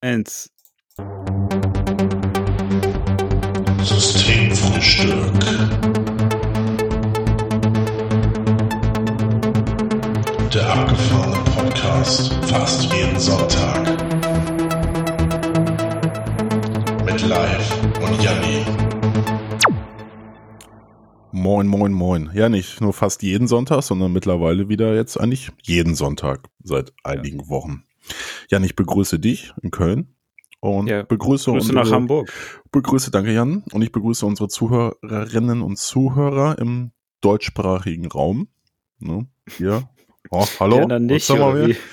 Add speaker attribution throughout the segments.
Speaker 1: Eins.
Speaker 2: Systemfrühstück. Der abgefahrene Podcast fast jeden Sonntag. Mit Live und Janni.
Speaker 3: Moin, moin, moin. Ja, nicht nur fast jeden Sonntag, sondern mittlerweile wieder jetzt eigentlich jeden Sonntag seit einigen Wochen. Jan, ich begrüße dich in Köln und begrüße
Speaker 1: nach Hamburg.
Speaker 3: Danke Jan, und ich begrüße unsere Zuhörerinnen und Zuhörer im deutschsprachigen Raum. Ne? Hier. Oh, hallo.
Speaker 1: Ja, dann nicht, oder wie?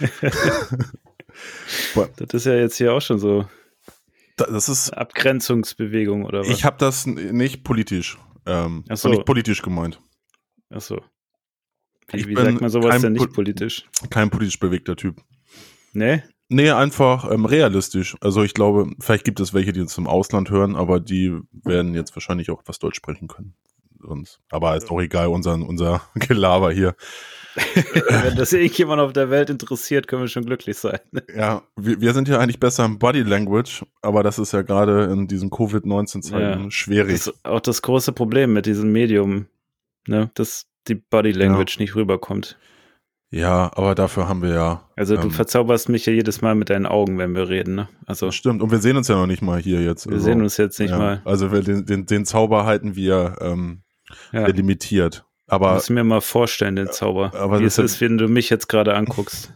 Speaker 1: Das ist ja jetzt hier auch schon so.
Speaker 3: Das ist
Speaker 1: Abgrenzungsbewegung oder was?
Speaker 3: Ich habe das nicht politisch. Nicht politisch gemeint.
Speaker 1: Ach so. Wie sagt man sowas denn nicht politisch?
Speaker 3: Kein politisch bewegter Typ.
Speaker 1: Nee?
Speaker 3: Nee, einfach realistisch. Also ich glaube, vielleicht gibt es welche, die uns im Ausland hören, aber die werden jetzt wahrscheinlich auch etwas Deutsch sprechen können. Aber ist auch egal, unser Gelaber hier.
Speaker 1: Wenn das irgendjemand auf der Welt interessiert, können wir schon glücklich sein.
Speaker 3: Ja, wir sind ja eigentlich besser im Body Language, aber das ist ja gerade in diesen Covid-19-Zeiten schwierig.
Speaker 1: Das ist auch das große Problem mit diesem Medium, ne? Dass die Body Language nicht rüberkommt.
Speaker 3: Ja, aber dafür haben wir ja...
Speaker 1: Also du verzauberst mich ja jedes Mal mit deinen Augen, wenn wir reden, ne? Also
Speaker 3: stimmt, und wir sehen uns ja noch nicht mal hier jetzt.
Speaker 1: Wir sehen uns jetzt nicht mal.
Speaker 3: Also den Zauber halten wir limitiert. Aber
Speaker 1: muss mir mal vorstellen, den Zauber. Aber wie es ist, wenn du mich jetzt gerade anguckst.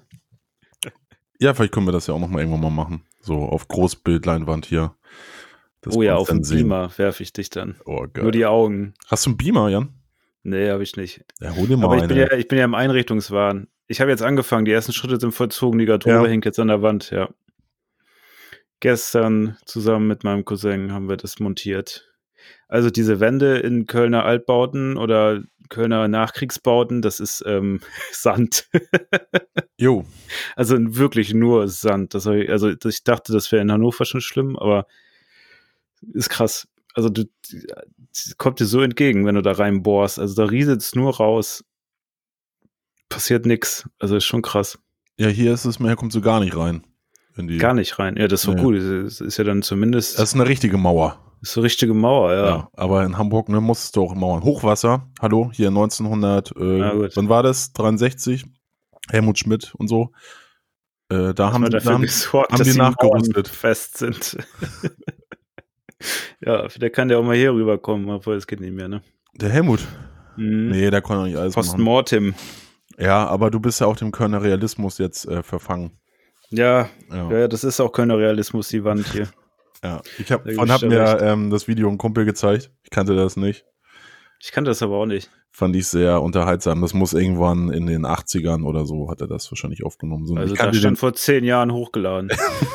Speaker 3: Ja, vielleicht können wir das ja auch noch mal irgendwann mal machen. So auf Großbildleinwand hier.
Speaker 1: Auf den Beamer werfe ich dich dann.
Speaker 3: Oh, geil.
Speaker 1: Nur die Augen.
Speaker 3: Hast du einen Beamer, Jan?
Speaker 1: Nee, habe ich nicht.
Speaker 3: Ja, hol dir mal
Speaker 1: Aber ich bin ja im Einrichtungswahn. Ich habe jetzt angefangen, die ersten Schritte sind vollzogen, die Garderobe hängt jetzt an der Wand, ja. Gestern zusammen mit meinem Cousin haben wir das montiert. Also diese Wände in Kölner Altbauten oder Kölner Nachkriegsbauten, das ist Sand.
Speaker 3: Jo.
Speaker 1: Also wirklich nur Sand. Ich dachte, das wäre in Hannover schon schlimm, aber ist krass. Also kommt dir so entgegen, wenn du da reinbohrst. Also da rieselt es nur raus. Passiert nix. Also ist schon krass.
Speaker 3: Ja, hier ist es, mehr kommt so gar nicht rein.
Speaker 1: Gar nicht rein. Ja, das ist so gut. Das ist ja dann zumindest...
Speaker 3: Das ist eine richtige Mauer.
Speaker 1: Das ist eine richtige Mauer, ja.
Speaker 3: Aber in Hamburg musstest du auch Mauern. Hochwasser, hallo, hier 1900, wann war das? 63? Helmut Schmidt und so. Da haben die nachgerüstet.
Speaker 1: Fest sind. Ja, der kann ja auch mal hier rüberkommen, obwohl es geht nicht mehr, ne?
Speaker 3: Der Helmut? Nee, der kann doch nicht alles
Speaker 1: Postmortem.
Speaker 3: Ja, aber du bist ja auch dem Kölner Realismus jetzt verfangen.
Speaker 1: Ja, das ist auch Kölner Realismus, die Wand hier.
Speaker 3: Ja, hat mir das Video ein Kumpel gezeigt. Ich kannte das nicht.
Speaker 1: Ich kannte das aber auch nicht.
Speaker 3: Fand ich sehr unterhaltsam. Das muss irgendwann in den 80ern oder so, hat er das wahrscheinlich aufgenommen.
Speaker 1: Also das stand vor 10 Jahren hochgeladen.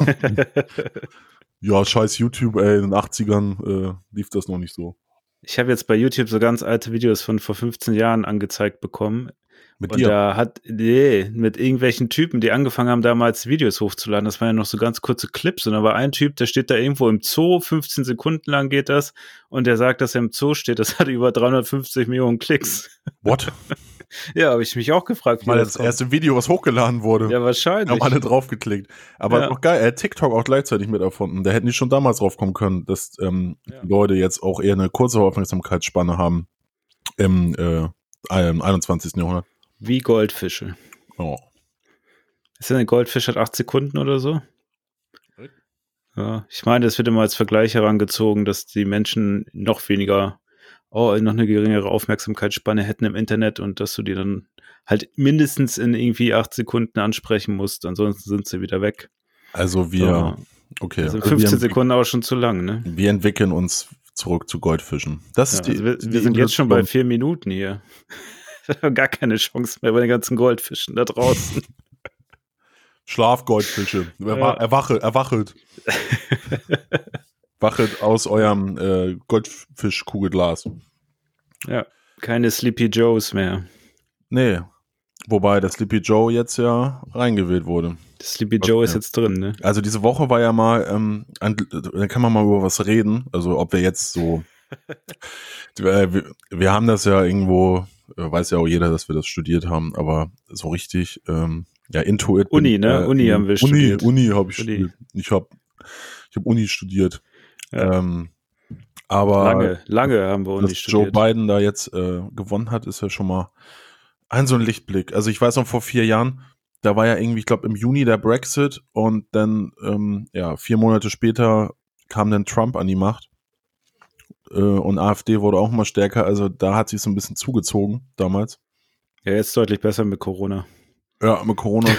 Speaker 3: Ja, scheiß YouTube, ey, in den 80ern lief das noch nicht so.
Speaker 1: Ich habe jetzt bei YouTube so ganz alte Videos von vor 15 Jahren angezeigt bekommen.
Speaker 3: Mit
Speaker 1: und
Speaker 3: dir?
Speaker 1: Mit irgendwelchen Typen, die angefangen haben, damals Videos hochzuladen. Das waren ja noch so ganz kurze Clips. Und da war ein Typ, der steht da irgendwo im Zoo, 15 Sekunden lang geht das. Und der sagt, dass er im Zoo steht. Das hat über 350 Millionen Klicks.
Speaker 3: What?
Speaker 1: Ja, habe ich mich auch gefragt.
Speaker 3: Mal das erste Video, was hochgeladen wurde.
Speaker 1: Ja, wahrscheinlich.
Speaker 3: Haben alle draufgeklickt. Aber auch geil, er hat TikTok auch gleichzeitig mit erfunden. Da hätten die schon damals drauf kommen können, dass Leute jetzt auch eher eine kurze Aufmerksamkeitsspanne haben im 21. Jahrhundert.
Speaker 1: Wie Goldfische.
Speaker 3: Oh.
Speaker 1: Ist denn ein Goldfisch hat 8 Sekunden oder so? Ja, ich meine, es wird immer als Vergleich herangezogen, dass die Menschen noch eine geringere Aufmerksamkeitsspanne hätten im Internet und dass du die dann halt mindestens in irgendwie 8 Sekunden ansprechen musst, ansonsten sind sie wieder weg.
Speaker 3: Also
Speaker 1: Also 15 Sekunden auch schon zu lang, ne?
Speaker 3: Wir entwickeln uns zurück zu Goldfischen. Wir
Speaker 1: sind jetzt schon bei 4 Minuten hier. Gar keine Chance mehr bei den ganzen Goldfischen da draußen.
Speaker 3: Schlafgoldfische. Erwachet. Wachet aus eurem Goldfischkugelglas.
Speaker 1: Ja, keine Sleepy Joes mehr.
Speaker 3: Nee. Wobei der Sleepy Joe jetzt ja reingewählt wurde.
Speaker 1: Der Sleepy Joe ist jetzt drin, ne?
Speaker 3: Also diese Woche war ja mal, da kann man mal über was reden. Also ob wir jetzt so, wir haben das ja irgendwo, weiß ja auch jeder, dass wir das studiert haben, aber so richtig, Intuit.
Speaker 1: Uni, ne? Uni haben wir studiert.
Speaker 3: Uni habe ich studiert. Ich habe Ich habe Uni studiert.
Speaker 1: Ja.
Speaker 3: Aber
Speaker 1: lange haben wir Uni
Speaker 3: dass
Speaker 1: studiert.
Speaker 3: Joe Biden da jetzt gewonnen hat, ist ja schon mal so ein Lichtblick. Also ich weiß noch, vor 4 Jahren, da war ja irgendwie, ich glaube im Juni der Brexit und dann 4 Monate später kam dann Trump an die Macht und AfD wurde auch mal stärker. Also da hat sich so ein bisschen zugezogen damals.
Speaker 1: Ja, jetzt deutlich besser mit Corona.
Speaker 3: Ja, mit Corona.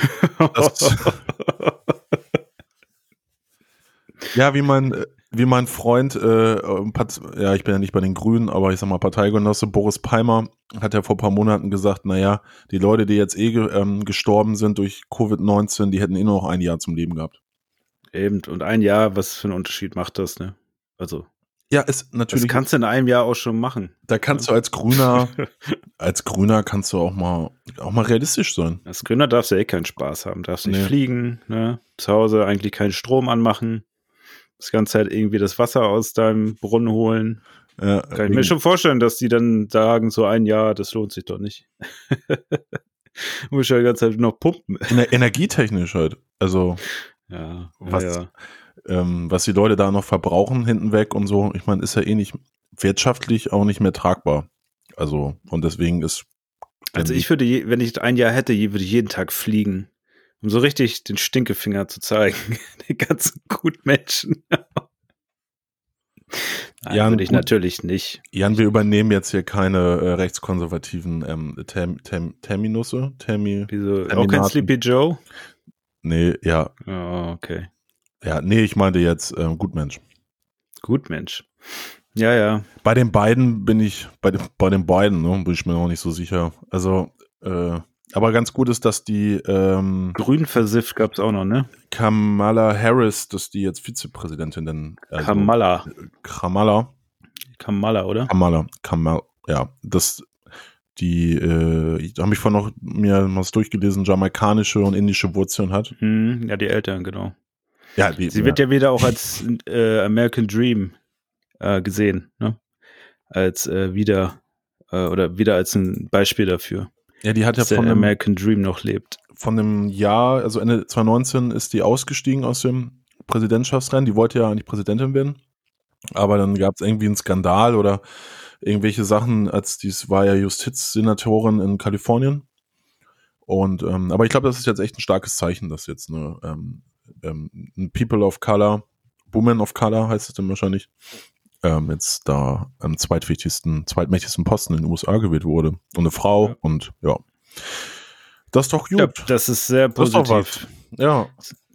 Speaker 3: Ja, wie mein Freund, ich bin ja nicht bei den Grünen, aber ich sag mal Parteigenosse Boris Palmer hat ja vor ein paar Monaten gesagt, naja, die Leute, die jetzt gestorben sind durch Covid-19, die hätten nur noch ein Jahr zum Leben gehabt.
Speaker 1: Eben, und ein Jahr, was für einen Unterschied macht das, ne? Also,
Speaker 3: ja, ist natürlich.
Speaker 1: Das kannst du in einem Jahr auch schon machen.
Speaker 3: Da kannst du als Grüner kannst du auch mal realistisch sein.
Speaker 1: Als Grüner darfst du ja keinen Spaß haben, darfst nicht fliegen, ne? Zu Hause eigentlich keinen Strom anmachen. Das ganze Zeit irgendwie das Wasser aus deinem Brunnen holen. Ja, kann ich mir schon vorstellen, dass die dann sagen, so ein Jahr, das lohnt sich doch nicht. Muss ja die ganze Zeit noch pumpen.
Speaker 3: Energietechnisch halt. Also, was die Leute da noch verbrauchen hinten weg und so, ich meine, ist ja nicht wirtschaftlich auch nicht mehr tragbar. Also, und deswegen ist.
Speaker 1: Also ich würde, wenn ich ein Jahr hätte, würde ich jeden Tag fliegen. Um so richtig den Stinkefinger zu zeigen. Den ganzen Gutmenschen. Nein, würde ich natürlich nicht.
Speaker 3: Jan, wir übernehmen jetzt hier keine rechtskonservativen Terminusse.
Speaker 1: Wieso? Auch kein Sleepy Joe?
Speaker 3: Nee, ja.
Speaker 1: Oh, okay.
Speaker 3: Ja, nee, ich meinte jetzt Gutmensch.
Speaker 1: Gutmensch. Ja.
Speaker 3: Bei den beiden bin ich mir noch nicht so sicher. Also, aber ganz gut ist, dass die
Speaker 1: Grün versifft gab es auch noch, ne?
Speaker 3: Kamala Harris, dass die jetzt Vizepräsidentin denn.
Speaker 1: Kamala, oder?
Speaker 3: Kamala, ja. Das habe ich vorhin noch mir was durchgelesen, jamaikanische und indische Wurzeln hat.
Speaker 1: Ja, die Eltern, genau.
Speaker 3: Ja,
Speaker 1: sie wird ja wieder auch als American Dream gesehen, ne? Als wieder als ein Beispiel dafür.
Speaker 3: Ja, die hat ja
Speaker 1: von dem American Dream noch lebt.
Speaker 3: Von dem Jahr, also Ende 2019 ist die ausgestiegen aus dem Präsidentschaftsrennen. Die wollte ja eigentlich Präsidentin werden. Aber dann gab es irgendwie einen Skandal oder irgendwelche Sachen, dies war ja Justizsenatorin in Kalifornien. Und aber ich glaube, das ist jetzt echt ein starkes Zeichen, dass jetzt ein People of Color, Woman of Color heißt es dann wahrscheinlich, jetzt da am zweitmächtigsten Posten in den USA gewählt wurde. Und eine Frau und ja. Das ist doch gut.
Speaker 1: Ja, das ist sehr positiv.
Speaker 3: Ja.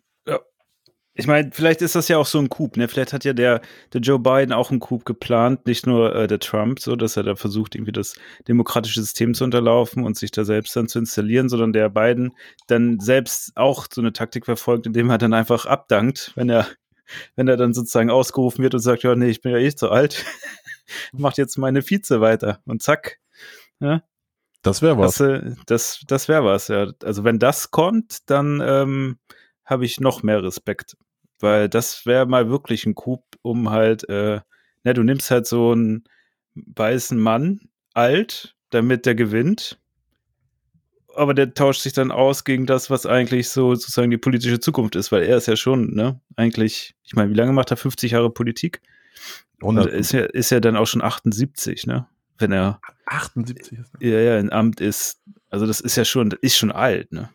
Speaker 1: Ich meine, vielleicht ist das ja auch so ein Coup, ne? Vielleicht hat ja der Joe Biden auch einen Coup geplant, nicht nur der Trump, so dass er da versucht, irgendwie das demokratische System zu unterlaufen und sich da selbst dann zu installieren, sondern der Biden dann selbst auch so eine Taktik verfolgt, indem er dann einfach abdankt, wenn er dann sozusagen ausgerufen wird und sagt, ja, nee, ich bin ja zu alt, macht jetzt meine Vize weiter und zack. Ja?
Speaker 3: Das wäre was.
Speaker 1: Das wäre was, ja. Also wenn das kommt, dann habe ich noch mehr Respekt, weil das wäre mal wirklich ein Coup, um halt, du nimmst halt so einen weißen Mann, alt, damit der gewinnt, aber der tauscht sich dann aus gegen das, was eigentlich so sozusagen die politische Zukunft ist, weil er ist ja schon, ne, eigentlich, ich meine, wie lange macht er 50 Jahre Politik? 100. Und ist ja dann auch schon 78, ne? Wenn er
Speaker 3: 78 ist.
Speaker 1: Ja, in Amt ist, also das ist ja schon alt, ne?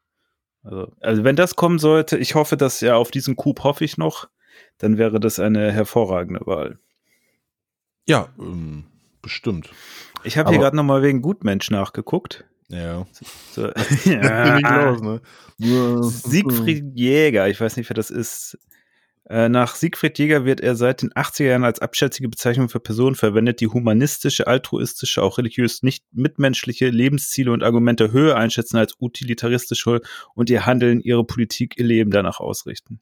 Speaker 1: Also wenn das kommen sollte, ich hoffe, dass ja auf diesen Coup hoffe ich noch, dann wäre das eine hervorragende Wahl.
Speaker 3: Ja, bestimmt.
Speaker 1: Ich habe hier gerade nochmal wegen Gutmensch nachgeguckt.
Speaker 3: Ja.
Speaker 1: So.
Speaker 3: Ja. Nicht los, ne?
Speaker 1: Siegfried Jäger, ich weiß nicht, wer das ist. Nach Siegfried Jäger wird er seit den 80er Jahren als abschätzige Bezeichnung für Personen verwendet, die humanistische, altruistische, auch religiös nicht mitmenschliche Lebensziele und Argumente höher einschätzen als utilitaristische und ihr Handeln, ihre Politik, ihr Leben danach ausrichten.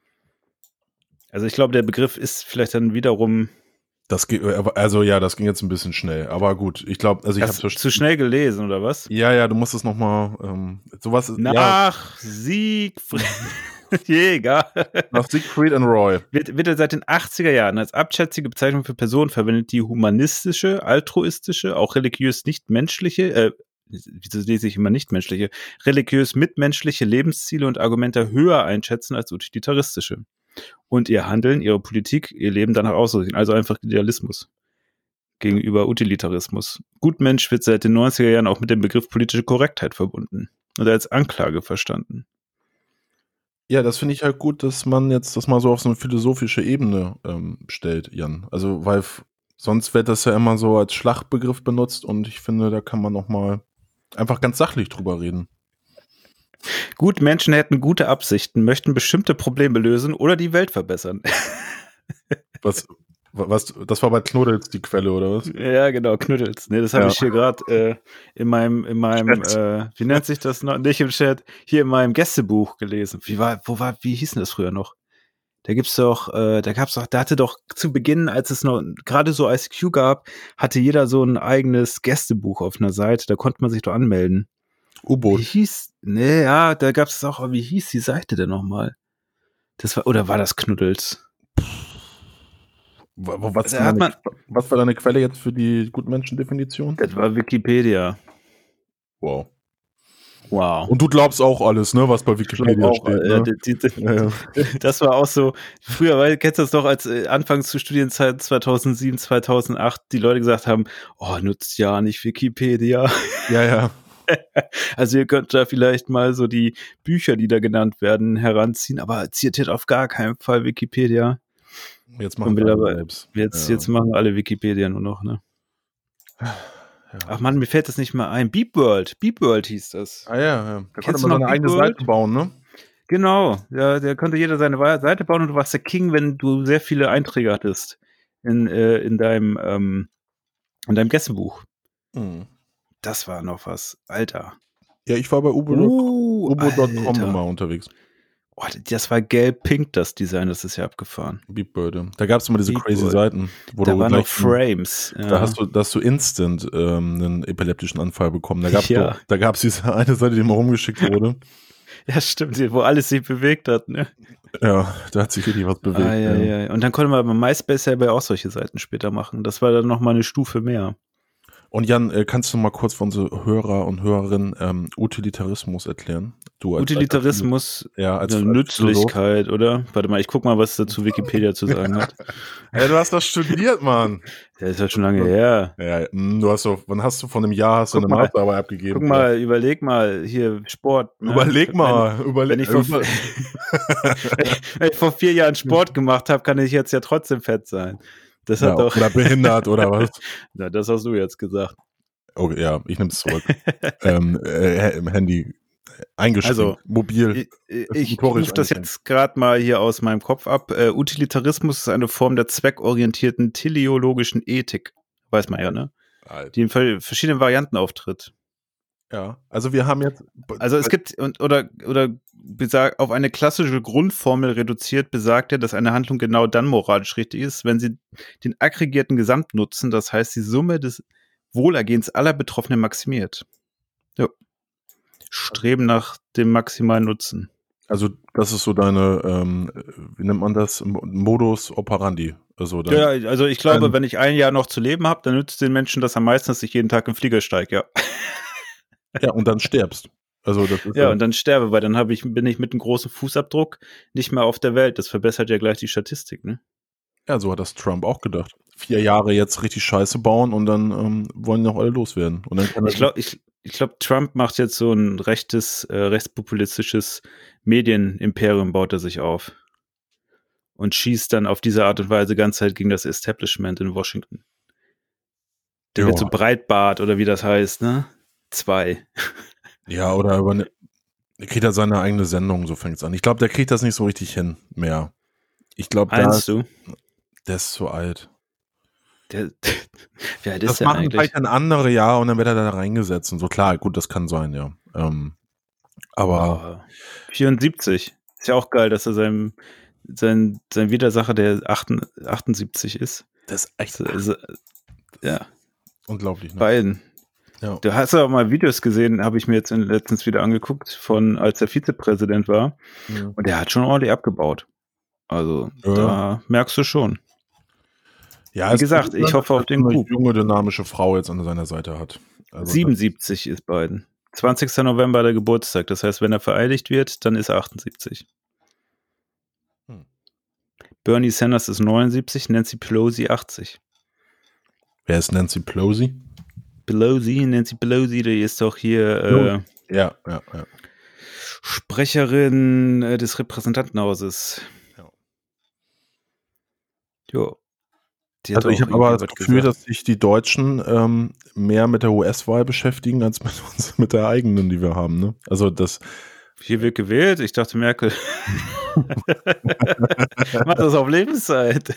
Speaker 1: Also ich glaube, der Begriff ist vielleicht dann wiederum...
Speaker 3: das ging jetzt ein bisschen schnell, aber gut, ich glaube, also ich habe
Speaker 1: zu schnell gelesen, oder was?
Speaker 3: Ja, du musst es nochmal, sowas ist...
Speaker 1: Nach Siegfried... Jäger.
Speaker 3: Nach Siegfried and Roy.
Speaker 1: Wird er seit den 80er Jahren als abschätzige Bezeichnung für Personen verwendet, die humanistische, altruistische, auch religiös nicht-menschliche, wieso lese ich immer nicht-menschliche, religiös mitmenschliche Lebensziele und Argumente höher einschätzen als utilitaristische. und ihr Handeln, ihre Politik, ihr Leben danach auszurichten. Also einfach Idealismus gegenüber Utilitarismus. Gutmensch wird seit den 90er Jahren auch mit dem Begriff politische Korrektheit verbunden und als Anklage verstanden.
Speaker 3: Ja, das finde ich halt gut, dass man jetzt das mal so auf so eine philosophische Ebene stellt, Jan. Also, weil sonst wird das ja immer so als Schlachtbegriff benutzt und ich finde, da kann man noch mal einfach ganz sachlich drüber reden.
Speaker 1: Gut, Menschen hätten gute Absichten, möchten bestimmte Probleme lösen oder die Welt verbessern.
Speaker 3: Was, das war bei Knuddels die Quelle, oder was?
Speaker 1: Ja, genau, Knuddels. Nee, das habe ich hier gerade in meinem wie nennt sich das noch? Nicht im Chat, hier in meinem Gästebuch gelesen. Wie hieß denn das früher noch? Da hatte doch zu Beginn, als es noch gerade so ICQ gab, hatte jeder so ein eigenes Gästebuch auf einer Seite, da konnte man sich doch anmelden.
Speaker 3: U-Boot.
Speaker 1: Da gab es auch, wie hieß die Seite denn nochmal? War das Knuddels?
Speaker 3: Was war deine Quelle jetzt für die Gutmenschen-Definition?
Speaker 1: Das war Wikipedia.
Speaker 3: Wow.
Speaker 1: Wow.
Speaker 3: Und du glaubst auch alles, ne, was bei Wikipedia steht. Ne?
Speaker 1: Das war auch so, früher, weil kennst du das doch, als anfangs zu Studienzeiten 2007, 2008 die Leute gesagt haben, nutzt ja nicht Wikipedia.
Speaker 3: Ja.
Speaker 1: Also ihr könnt da vielleicht mal so die Bücher, die da genannt werden, heranziehen, aber zitiert auf gar keinen Fall Wikipedia.
Speaker 3: Jetzt machen alle selbst.
Speaker 1: Jetzt machen alle Wikipedia nur noch, ne?
Speaker 3: Ja.
Speaker 1: Ach man, mir fällt das nicht mal ein. Beep World hieß das.
Speaker 3: Ah ja. Da konnte man seine eigene Seite bauen, ne?
Speaker 1: Genau, ja, da konnte jeder seine Seite bauen und du warst der King, wenn du sehr viele Einträge hattest in deinem Gästebuch.
Speaker 3: Mhm.
Speaker 1: Das war noch was, Alter.
Speaker 3: Ja, ich war bei ubo.com immer unterwegs.
Speaker 1: Oh, das war gelb-pink, das Design, das ist ja abgefahren.
Speaker 3: Beepbird. Da gab es immer diese crazy Seiten.
Speaker 1: Da waren noch Frames.
Speaker 3: Ja. Da hast du instant einen epileptischen Anfall bekommen. Da gab es diese eine Seite, die immer rumgeschickt wurde.
Speaker 1: Ja, stimmt, wo alles sich bewegt hat, ne?
Speaker 3: Ja, da hat sich richtig was bewegt.
Speaker 1: Ja. Und dann konnte man bei MySpace selber auch solche Seiten später machen. Das war dann nochmal eine Stufe mehr.
Speaker 3: Und Jan, kannst du mal kurz für unsere Hörer und Hörerinnen Utilitarismus erklären?
Speaker 1: Utilitarismus, als Nützlichkeit, Philosoph. Oder? Warte mal, ich guck mal, was dazu Wikipedia zu sagen hat.
Speaker 3: Ja, du hast das studiert, Mann.
Speaker 1: Ja, ist ja schon lange her.
Speaker 3: Ja, wann hast du von einem Jahr eine Masterarbeit abgegeben?
Speaker 1: Guck mal, überleg mal, hier Sport. Ne? Wenn ich vor 4 Jahren Sport gemacht habe, kann ich jetzt ja trotzdem fett sein. Das hat doch
Speaker 3: oder behindert oder was?
Speaker 1: Na, das hast du jetzt gesagt.
Speaker 3: Okay, ja, ich nehme es zurück. Handy eingeschränkt,
Speaker 1: also,
Speaker 3: mobil.
Speaker 1: Ich rufe das jetzt gerade mal hier aus meinem Kopf ab. Utilitarismus ist eine Form der zweckorientierten teleologischen Ethik. Weiß man ja, ne? Alter. Die in verschiedenen Varianten auftritt.
Speaker 3: Ja, also wir haben jetzt...
Speaker 1: Also es gibt, auf eine klassische Grundformel reduziert, besagt er, dass eine Handlung genau dann moralisch richtig ist, wenn sie den aggregierten Gesamtnutzen, das heißt die Summe des Wohlergehens aller Betroffenen maximiert. Ja. Streben nach dem maximalen Nutzen.
Speaker 3: Also das ist so deine, wie nennt man das, Modus operandi. Also
Speaker 1: ich glaube, wenn ich ein Jahr noch zu leben habe, dann nützt den Menschen das am meisten, dass ich jeden Tag im Flieger steige, ja.
Speaker 3: Ja, und dann stirbst. Also das ist
Speaker 1: und dann sterbe, weil dann bin ich mit einem großen Fußabdruck nicht mehr auf der Welt. Das verbessert ja gleich die Statistik, ne?
Speaker 3: Ja, so hat das Trump auch gedacht. 4 Jahre jetzt richtig Scheiße bauen und dann wollen noch alle loswerden. Und dann
Speaker 1: ich glaube, Trump macht jetzt so ein rechtspopulistisches Medienimperium, baut er sich auf. Und schießt dann auf diese Art und Weise ganz halt gegen das Establishment in Washington. Der wird so Breitbart oder wie das heißt, ne? 2.
Speaker 3: Ja, oder der kriegt ja seine eigene Sendung, so fängt es an. Ich glaube, der kriegt das nicht so richtig hin mehr. Ich glaube, der ist zu alt.
Speaker 1: Wie alt ist
Speaker 3: das
Speaker 1: der
Speaker 3: machen
Speaker 1: eigentlich?
Speaker 3: vielleicht ein andere Jahr und dann wird er da reingesetzt und so. Klar, gut, das kann sein, ja. Aber
Speaker 1: 74. Ist ja auch geil, dass er sein Widersacher, der 78 ist.
Speaker 3: Das ist echt
Speaker 1: ja.
Speaker 3: Unglaublich, ne?
Speaker 1: Beiden.
Speaker 3: Ja.
Speaker 1: Du hast ja auch mal Videos gesehen, habe ich mir jetzt letztens wieder angeguckt, als er Vizepräsident war. Ja. Und der hat schon ordentlich abgebaut. Also, da merkst du schon.
Speaker 3: Ja,
Speaker 1: wie gesagt, ich hoffe auf den Coup.
Speaker 3: Eine junge, dynamische Frau jetzt an seiner Seite hat. Also
Speaker 1: 77 ist Biden. 20. November der Geburtstag. Das heißt, wenn er vereidigt wird, dann ist er 78. Bernie Sanders ist 79, Nancy Pelosi 80.
Speaker 3: Wer ist Nancy Pelosi?
Speaker 1: Nancy Pelosi, die ist doch hier
Speaker 3: Ja.
Speaker 1: Sprecherin des Repräsentantenhauses.
Speaker 3: Ja.
Speaker 1: Jo.
Speaker 3: Also ich habe aber das Gefühl, dass sich die Deutschen mehr mit der US-Wahl beschäftigen, als mit uns, mit der eigenen, die wir haben. Ne? Also das.
Speaker 1: Hier wird gewählt. Ich dachte, Merkel macht das auf Lebenszeit.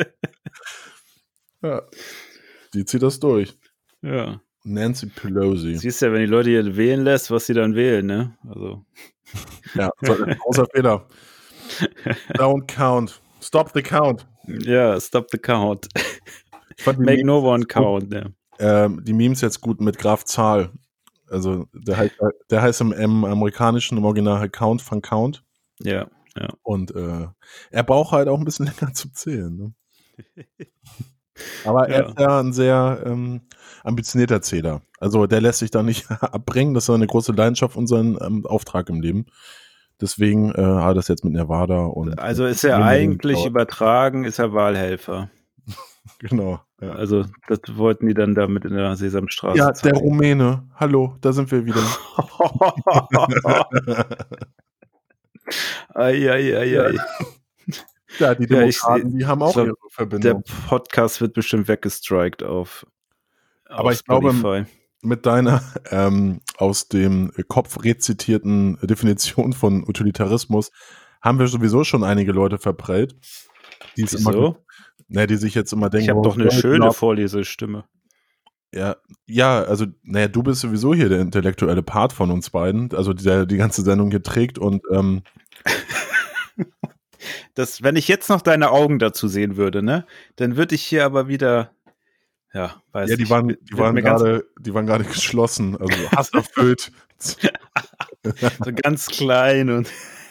Speaker 3: Ja, die zieht das durch.
Speaker 1: Ja.
Speaker 3: Nancy Pelosi.
Speaker 1: Siehst ja, wenn die Leute hier wählen lässt, was sie dann wählen, ne? Also.
Speaker 3: Ja, das ist ein großer Fehler. Don't count. Stop the count.
Speaker 1: Ja, stop the count. Make no one count. Ja.
Speaker 3: Die Memes jetzt gut mit Graf Zahl. Also der heißt im amerikanischen, im Original halt Count von Count.
Speaker 1: Ja.
Speaker 3: Und er braucht halt auch ein bisschen länger zu zählen. Ne? Aber er ist ja ein sehr ambitionierter Zähler. Also der lässt sich da nicht abbringen. Das ist eine große Leidenschaft und sein Auftrag im Leben. Deswegen hat er das jetzt mit Nevada. Und
Speaker 1: also ist er eigentlich übertragen, ist er Wahlhelfer.
Speaker 3: Genau.
Speaker 1: Ja. Also das wollten die dann damit in der Sesamstraße
Speaker 3: Ja,
Speaker 1: zeigen.
Speaker 3: der Rumäne. Hallo, da sind wir wieder.
Speaker 1: Ei.
Speaker 3: Ja, die Demokraten, die haben auch ihre Verbindung.
Speaker 1: Der Podcast wird bestimmt weggestrikt auf
Speaker 3: Aber ich
Speaker 1: Spotify.
Speaker 3: glaube, mit deiner aus dem Kopf rezitierten Definition von Utilitarismus haben wir sowieso schon einige Leute verprellt. Die sich jetzt immer denken,
Speaker 1: ich habe doch eine schöne Vorlesestimme.
Speaker 3: Ja, also, du bist sowieso hier der intellektuelle Part von uns beiden, also der die ganze Sendung hier trägt und
Speaker 1: wenn ich jetzt noch deine Augen dazu sehen würde, ne, dann würde ich hier aber wieder,
Speaker 3: die waren gerade geschlossen, also hasserfüllt.
Speaker 1: So ganz klein und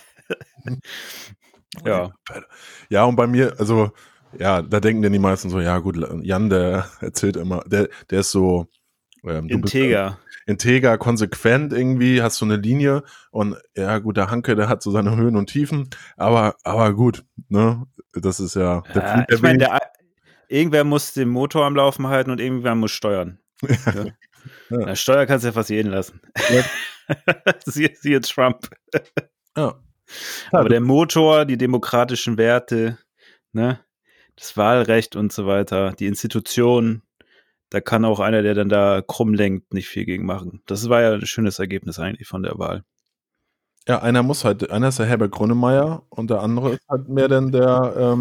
Speaker 1: ja.
Speaker 3: Ja, und bei mir, also, da denken denn die meisten so, ja gut, Jan, der erzählt immer, der ist so integer, konsequent irgendwie, hast so eine Linie und ja gut, der Hanke, der hat so seine Höhen und Tiefen, aber gut, ne, das ist ja
Speaker 1: ich meine, irgendwer muss den Motor am Laufen halten und irgendwer muss steuern. Ja. Ja. Steuer kannst du ja fast jeden lassen. Ja. Siehe Trump.
Speaker 3: Ja.
Speaker 1: Aber der Motor, die demokratischen Werte, ne, das Wahlrecht und so weiter, die Institutionen, da kann auch einer, der dann da krumm lenkt, nicht viel gegen machen. Das war ja ein schönes Ergebnis eigentlich von der Wahl.
Speaker 3: Ja, einer ist der Herbert Grönemeyer und der andere ist halt mehr denn der,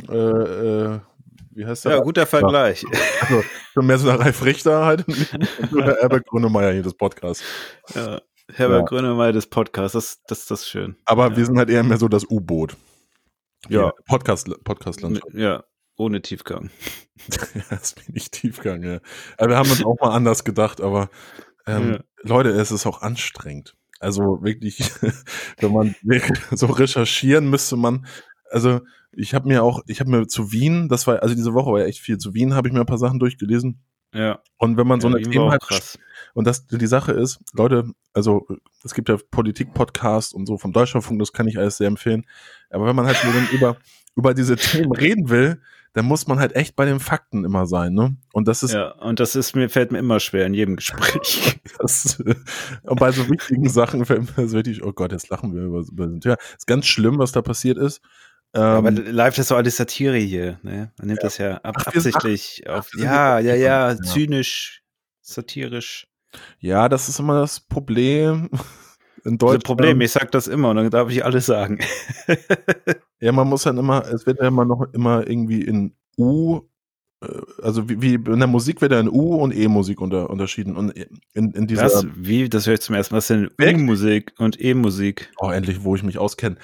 Speaker 3: wie heißt der?
Speaker 1: Ja, guter Vergleich.
Speaker 3: Also, schon mehr so der Ralf Richter halt und der Herbert Grönemeyer hier des Podcasts.
Speaker 1: Ja, Herbert Grönemeyer des Podcasts, das ist schön.
Speaker 3: Aber wir sind halt eher mehr so das U-Boot.
Speaker 1: Ja.
Speaker 3: Podcast-Landschaft.
Speaker 1: Ja, ohne Tiefgang.
Speaker 3: Das ist wenig Tiefgang, ja. Aber wir haben uns auch mal anders gedacht, aber Leute, es ist auch anstrengend. Also wirklich, wenn man so recherchieren müsste man, also ich habe mir zu Wien, also diese Woche war ja echt viel, zu Wien habe ich mir ein paar Sachen durchgelesen.
Speaker 1: Ja.
Speaker 3: Und wenn man so eine Themen hat,
Speaker 1: krass.
Speaker 3: Und die Sache ist, Leute, also es gibt ja Politik-Podcasts und so vom Deutschlandfunk, das kann ich alles sehr empfehlen. Aber wenn man halt nur über diese Themen reden will, dann muss man halt echt bei den Fakten immer sein, ne? Und das ist
Speaker 1: fällt mir immer schwer in jedem Gespräch.
Speaker 3: Und bei so wichtigen Sachen fällt mir das wirklich, oh Gott, jetzt lachen wir über das Thema. Ist ganz schlimm, was da passiert ist.
Speaker 1: Aber live ist so alles Satire hier, ne? Man nimmt das ja absichtlich auf. Ja, zynisch, satirisch.
Speaker 3: Ja, das ist immer das Problem in Deutschland.
Speaker 1: Das Problem, ich sag das immer und dann darf ich alles sagen.
Speaker 3: Ja, man muss dann immer, es wird ja immer irgendwie in U, also wie in der Musik wird ja in U- und E-Musik unterschieden. Und in dieser.
Speaker 1: Was? Wie? Das höre ich zum ersten Mal. Was ist denn U-Musik und E-Musik?
Speaker 3: Oh, endlich, wo ich mich auskenne.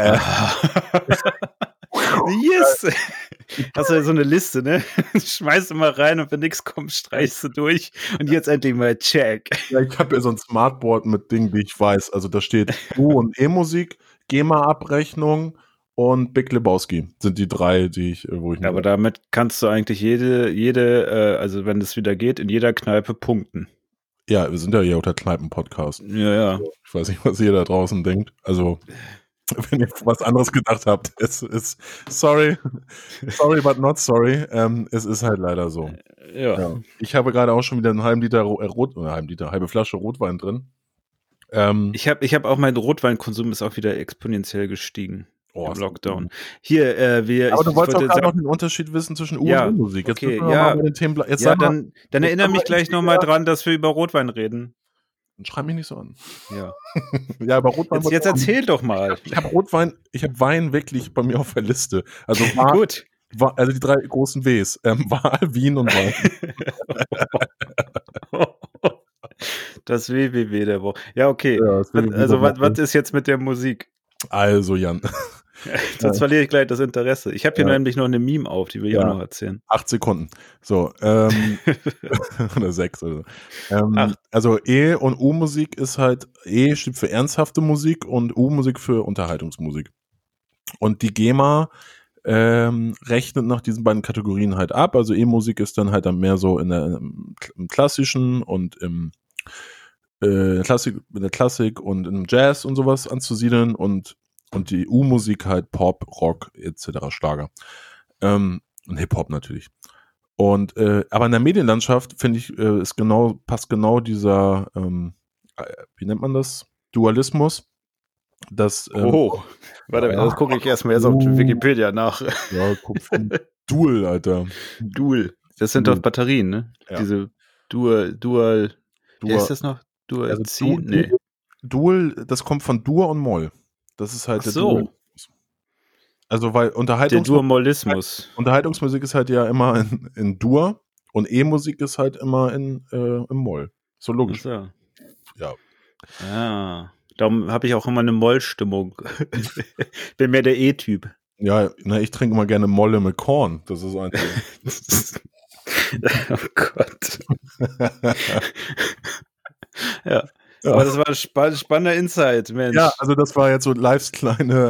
Speaker 1: Yes! Hast du ja so eine Liste, ne? Schmeißt du mal rein und wenn nichts kommt, streichst du durch. Und jetzt endlich mal check.
Speaker 3: Ja, ich habe ja so ein Smartboard mit Dingen, die ich weiß. Also da steht U- und E-Musik, GEMA-Abrechnung und Big Lebowski sind die drei, wo ich.
Speaker 1: Aber damit kannst du eigentlich jede, also wenn es wieder geht, in jeder Kneipe punkten.
Speaker 3: Ja, wir sind ja hier unter Kneipen-Podcast.
Speaker 1: Ja.
Speaker 3: Ich weiß nicht, was ihr da draußen denkt. Also. Wenn ihr was anderes gedacht habt. Es ist sorry but not sorry. Es ist halt leider so. Ja. Ich habe gerade auch schon wieder einen halben Liter halbe Flasche Rotwein drin.
Speaker 1: Ich hab auch, mein Rotweinkonsum ist auch wieder exponentiell gestiegen. Im Lockdown. Hier,
Speaker 3: aber du wolltest auch gerade noch den Unterschied wissen zwischen U- und U-Musik.
Speaker 1: Jetzt okay, ja.
Speaker 3: Bei den Themen
Speaker 1: dann erinnere mich gleich nochmal dran, dass wir über Rotwein reden.
Speaker 3: Schreib mich nicht so an.
Speaker 1: Ja.
Speaker 3: Ja, aber Rotwein.
Speaker 1: Jetzt erzähl doch mal.
Speaker 3: Ich habe Wein wirklich bei mir auf der Liste. Also
Speaker 1: gut.
Speaker 3: Also die 3 großen Ws. Wahl, Wien und Wein.
Speaker 1: Das WWW der Woche. Ja, okay. Ja, also was ist jetzt mit der Musik?
Speaker 3: Also, Jan.
Speaker 1: Sonst verliere ich gleich das Interesse. Ich habe hier nämlich noch eine Meme auf, die will ich auch noch erzählen.
Speaker 3: 8 Sekunden. So, oder 6 oder so. Also E- und U-Musik ist halt, E steht für ernsthafte Musik und U-Musik für Unterhaltungsmusik. Und die GEMA rechnet nach diesen beiden Kategorien halt ab. Also E-Musik ist dann halt mehr so im Klassischen und in der Klassik und im Jazz und sowas anzusiedeln und die U-Musik halt Pop, Rock etc. Schlager. Und Hip-Hop natürlich. Und aber in der Medienlandschaft, finde ich, passt genau dieser, wie nennt man das? Dualismus.
Speaker 1: Warte, das gucke ich erstmal jetzt auf Wikipedia nach.
Speaker 3: Ja, guck von Dual, Alter.
Speaker 1: Dual. Das sind doch Batterien, ne? Ja. Diese Dual. Wie heißt das noch? Dual, also nee.
Speaker 3: Dual, das kommt von Dur und Moll. Das ist halt der Dual. Also, weil Unterhaltungsmusik ist halt ja immer in Dur und E-Musik ist halt immer im Moll. So logisch.
Speaker 1: Ja. Ah, darum habe ich auch immer eine Moll-Stimmung. Bin mehr der E-Typ.
Speaker 3: Ja, ich trinke immer gerne Molle mit Korn. Das ist einfach.
Speaker 1: Oh Gott. Ja. Aber das war ein spannender Insight, Mensch.
Speaker 3: Ja, also das war jetzt so Lives kleine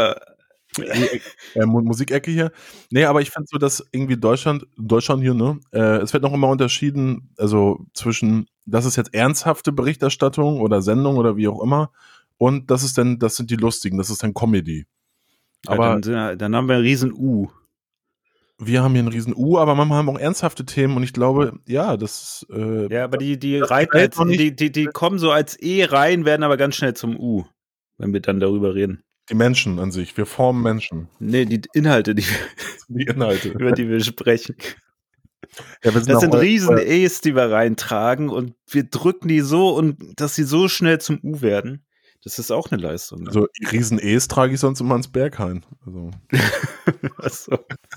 Speaker 3: Musikecke hier. Nee, aber ich finde so, dass irgendwie Deutschland hier, ne, es wird noch immer unterschieden, also zwischen, das ist jetzt ernsthafte Berichterstattung oder Sendung oder wie auch immer und das sind die lustigen, das ist dann Comedy. Aber
Speaker 1: dann haben wir einen riesen U.
Speaker 3: Wir haben hier einen riesen U, aber manchmal haben wir auch ernsthafte Themen und ich glaube, ja, das
Speaker 1: ja, aber die reiten jetzt, die kommen so als E rein, werden aber ganz schnell zum U, wenn wir dann darüber reden.
Speaker 3: Die Menschen an sich, wir formen Menschen.
Speaker 1: Nee, die Inhalte, über die wir sprechen. Ja, das sind riesen E's, die wir reintragen und wir drücken die so und dass sie so schnell zum U werden. Das ist auch eine Leistung. Ne?
Speaker 3: Also riesen E's trage ich sonst immer ans Berghain.
Speaker 1: Also.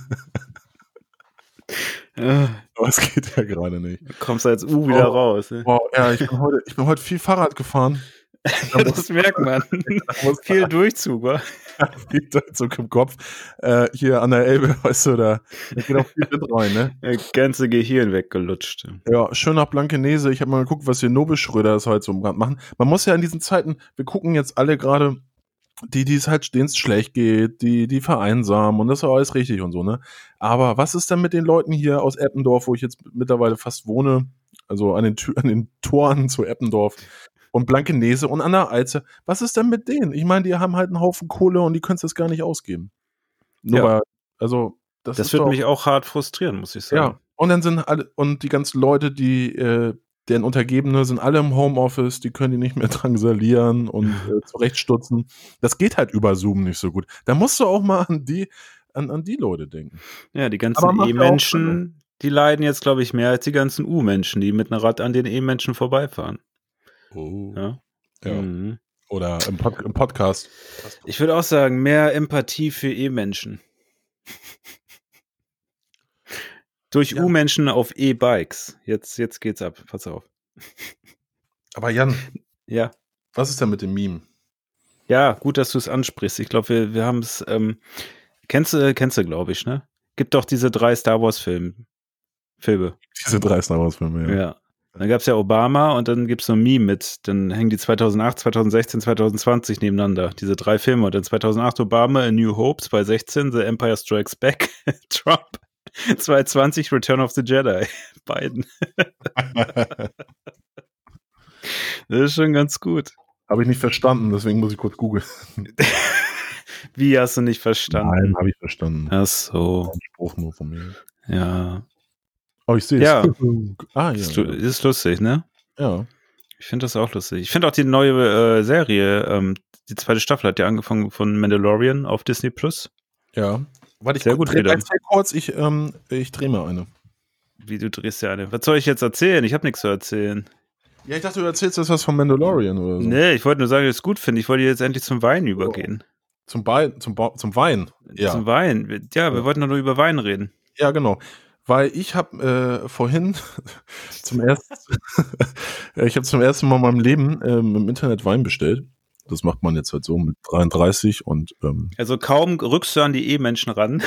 Speaker 3: Aber es geht ja gerade nicht.
Speaker 1: Du kommst als U wieder raus. Ne?
Speaker 3: Wow, ja, ich bin heute viel Fahrrad gefahren.
Speaker 1: Das merkt man. Viel Durchzug, wa?
Speaker 3: Viel Durchzug im Kopf. Hier an der Elbe, weißt du, da geht auch viel Wind rein, ne?
Speaker 1: Das ganze Gehirn weggelutscht.
Speaker 3: Ja, schön nach Blankenese. Ich habe mal geguckt, was hier Nobel Schröder das halt so machen. Man muss ja in diesen Zeiten, wir gucken jetzt alle gerade, denen es schlecht geht, die vereinsamen und das ist auch alles richtig und so, ne? Aber was ist denn mit den Leuten hier aus Eppendorf, wo ich jetzt mittlerweile fast wohne, also an den Toren zu Eppendorf und Blankenese und an der Alze, was ist denn mit denen? Ich meine, die haben halt einen Haufen Kohle und die können es jetzt gar nicht ausgeben.
Speaker 1: Das wird mich auch hart frustrieren, muss ich sagen.
Speaker 3: Ja, und dann sind die ganzen Leute, deren Untergebene sind alle im Homeoffice, die können die nicht mehr drangsalieren und zurechtstutzen. Das geht halt über Zoom nicht so gut. Da musst du auch mal an die Leute denken.
Speaker 1: Ja, die ganzen E-Menschen, die leiden jetzt, glaube ich, mehr als die ganzen U-Menschen, die mit einem Rad an den E-Menschen vorbeifahren.
Speaker 3: Oh. Ja. Mhm. Oder im Podcast.
Speaker 1: Ich würde auch sagen, mehr Empathie für E-Menschen. Durch U-Menschen auf E-Bikes. Jetzt geht's ab. Pass auf.
Speaker 3: Aber Jan.
Speaker 1: Ja.
Speaker 3: Was ist denn mit dem Meme?
Speaker 1: Ja, gut, dass du es ansprichst. Ich glaube, wir haben es. Kennst du, glaube ich, ne? Gibt doch diese 3 Star Wars Filme.
Speaker 3: Diese 3 Star Wars Filme,
Speaker 1: ja. Dann gab es ja Obama und dann gibt es so ein Meme mit, dann hängen die 2008, 2016, 2020 nebeneinander, diese 3 Filme. Und dann 2008 Obama, A New Hope, 2016 The Empire Strikes Back, Trump, 2020 Return of the Jedi, Biden. Das ist schon ganz gut.
Speaker 3: Habe ich nicht verstanden, deswegen muss ich kurz googeln.
Speaker 1: Wie hast du nicht verstanden?
Speaker 3: Nein, habe ich verstanden.
Speaker 1: Ach so.
Speaker 3: Ein Spruch nur von mir.
Speaker 1: Ja.
Speaker 3: Oh, ich sehe es.
Speaker 1: Ja.
Speaker 3: Ja.
Speaker 1: Ist lustig, ne?
Speaker 3: Ja.
Speaker 1: Ich finde das auch lustig. Ich finde auch die neue Serie, die zweite Staffel hat ja angefangen von Mandalorian auf Disney Plus.
Speaker 3: Ja. Warte,
Speaker 1: Sehr gut wieder.
Speaker 3: Kurz, ich drehe mal eine.
Speaker 1: Wie, du drehst ja eine? Was soll ich jetzt erzählen? Ich habe nichts zu erzählen.
Speaker 3: Ja, ich dachte, du erzählst jetzt was von Mandalorian oder so.
Speaker 1: Nee, ich wollte nur sagen, dass ich es gut finde. Ich wollte jetzt endlich zum Wein übergehen.
Speaker 3: Zum Wein? Ja.
Speaker 1: Zum Wein. Ja, wir wollten doch nur über Wein reden.
Speaker 3: Ja, genau. Weil ich habe vorhin zum ersten Mal in meinem Leben im Internet Wein bestellt. Das macht man jetzt halt so mit 33 und
Speaker 1: also kaum rückst du an die Menschen ran,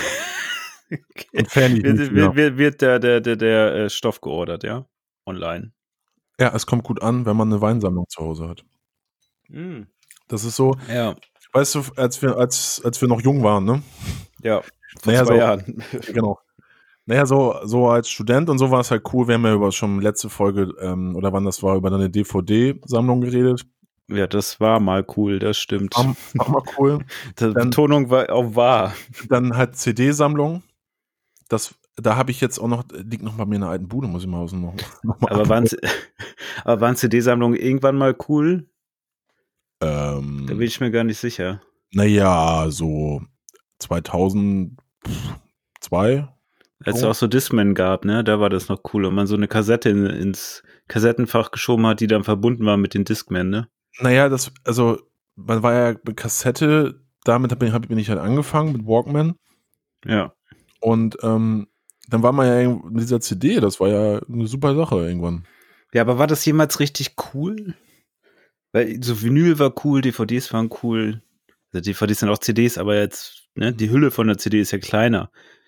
Speaker 1: wird der Stoff geordert, ja? Online.
Speaker 3: Ja, es kommt gut an, wenn man eine Weinsammlung zu Hause hat. Das ist so,
Speaker 1: ja.
Speaker 3: Weißt du, als wir noch jung waren, ne?
Speaker 1: Ja, vor 2 Jahren.
Speaker 3: Genau. Naja, so als Student und so war es halt cool. Wir haben ja über schon letzte Folge, oder wann das war, über eine DVD-Sammlung geredet.
Speaker 1: Ja, das war mal cool, das stimmt.
Speaker 3: War mal cool.
Speaker 1: Die Betonung war auch wahr.
Speaker 3: Dann halt CD-Sammlung. Da habe ich jetzt auch noch, liegt noch bei mir in einer alten Bude, muss ich mal aus noch
Speaker 1: Aber waren CD-Sammlungen irgendwann mal cool? Da bin ich mir gar nicht sicher.
Speaker 3: Naja, so 2002.
Speaker 1: Als es auch so Discman gab, ne, da war das noch cool. Und man so eine Kassette ins Kassettenfach geschoben hat, die dann verbunden war mit den Discman, ne?
Speaker 3: Naja, man war ja mit Kassette, damit bin ich halt angefangen, mit Walkman.
Speaker 1: Ja.
Speaker 3: Und dann war man ja mit dieser CD, das war ja eine super Sache irgendwann.
Speaker 1: Ja, aber war das jemals richtig cool? Weil so Vinyl war cool, DVDs waren cool. Also DVDs sind auch CDs, aber jetzt, ne, die Hülle von der CD ist ja kleiner.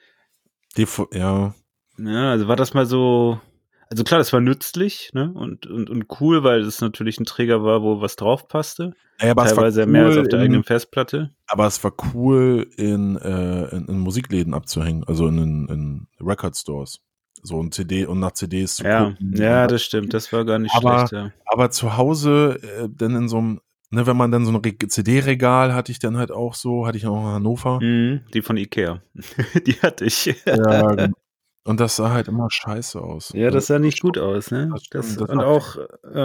Speaker 3: Ja.
Speaker 1: Ja, also war das mal so, also klar, das war nützlich, ne, und cool, weil es natürlich ein Träger war, wo was drauf passte.
Speaker 3: Ja, aber
Speaker 1: teilweise
Speaker 3: es war cool
Speaker 1: mehr als auf der eigenen Festplatte.
Speaker 3: Aber es war cool, in Musikläden abzuhängen, also in Record Stores. So ein CD und nach CDs zu gucken.
Speaker 1: Ja, das stimmt, das war gar nicht schlecht, ja.
Speaker 3: Aber zu Hause, dann in so einem, ne, wenn man dann so ein CD-Regal hatte ich dann halt auch so, hatte ich auch in Hannover.
Speaker 1: Die von Ikea. Die hatte ich.
Speaker 3: Ja, genau. Und das sah halt immer scheiße aus.
Speaker 1: Ja, das sah nicht gut aus, ne? Und auch,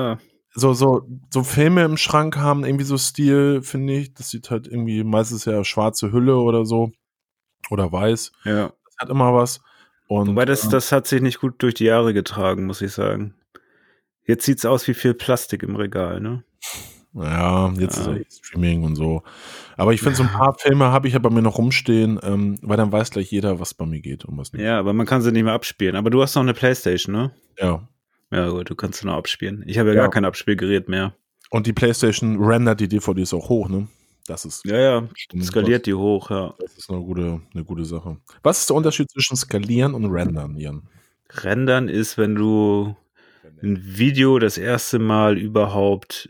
Speaker 3: so Filme im Schrank haben irgendwie so Stil, finde ich. Das sieht halt irgendwie meistens ja schwarze Hülle oder so. Oder weiß.
Speaker 1: Ja.
Speaker 3: Das hat immer was. Und,
Speaker 1: wobei das hat sich nicht gut durch die Jahre getragen, muss ich sagen. Jetzt sieht's aus wie viel Plastik im Regal, ne?
Speaker 3: Ja, jetzt ist ja Streaming und so. Aber ich finde, so ein paar Filme habe ich ja bei mir noch rumstehen, weil dann weiß gleich jeder, was bei mir geht und was nicht.
Speaker 1: Ja, aber man kann sie nicht mehr abspielen. Aber du hast noch eine Playstation, ne?
Speaker 3: Ja.
Speaker 1: Ja gut, du kannst sie noch abspielen. Ich habe ja gar kein Abspielgerät mehr.
Speaker 3: Und die Playstation rendert die DVDs auch hoch, ne? Das ist
Speaker 1: skaliert die hoch, ja.
Speaker 3: Das ist eine gute Sache. Was ist der Unterschied zwischen skalieren und rendern, Jan?
Speaker 1: Rendern ist, wenn du ein Video das erste Mal überhaupt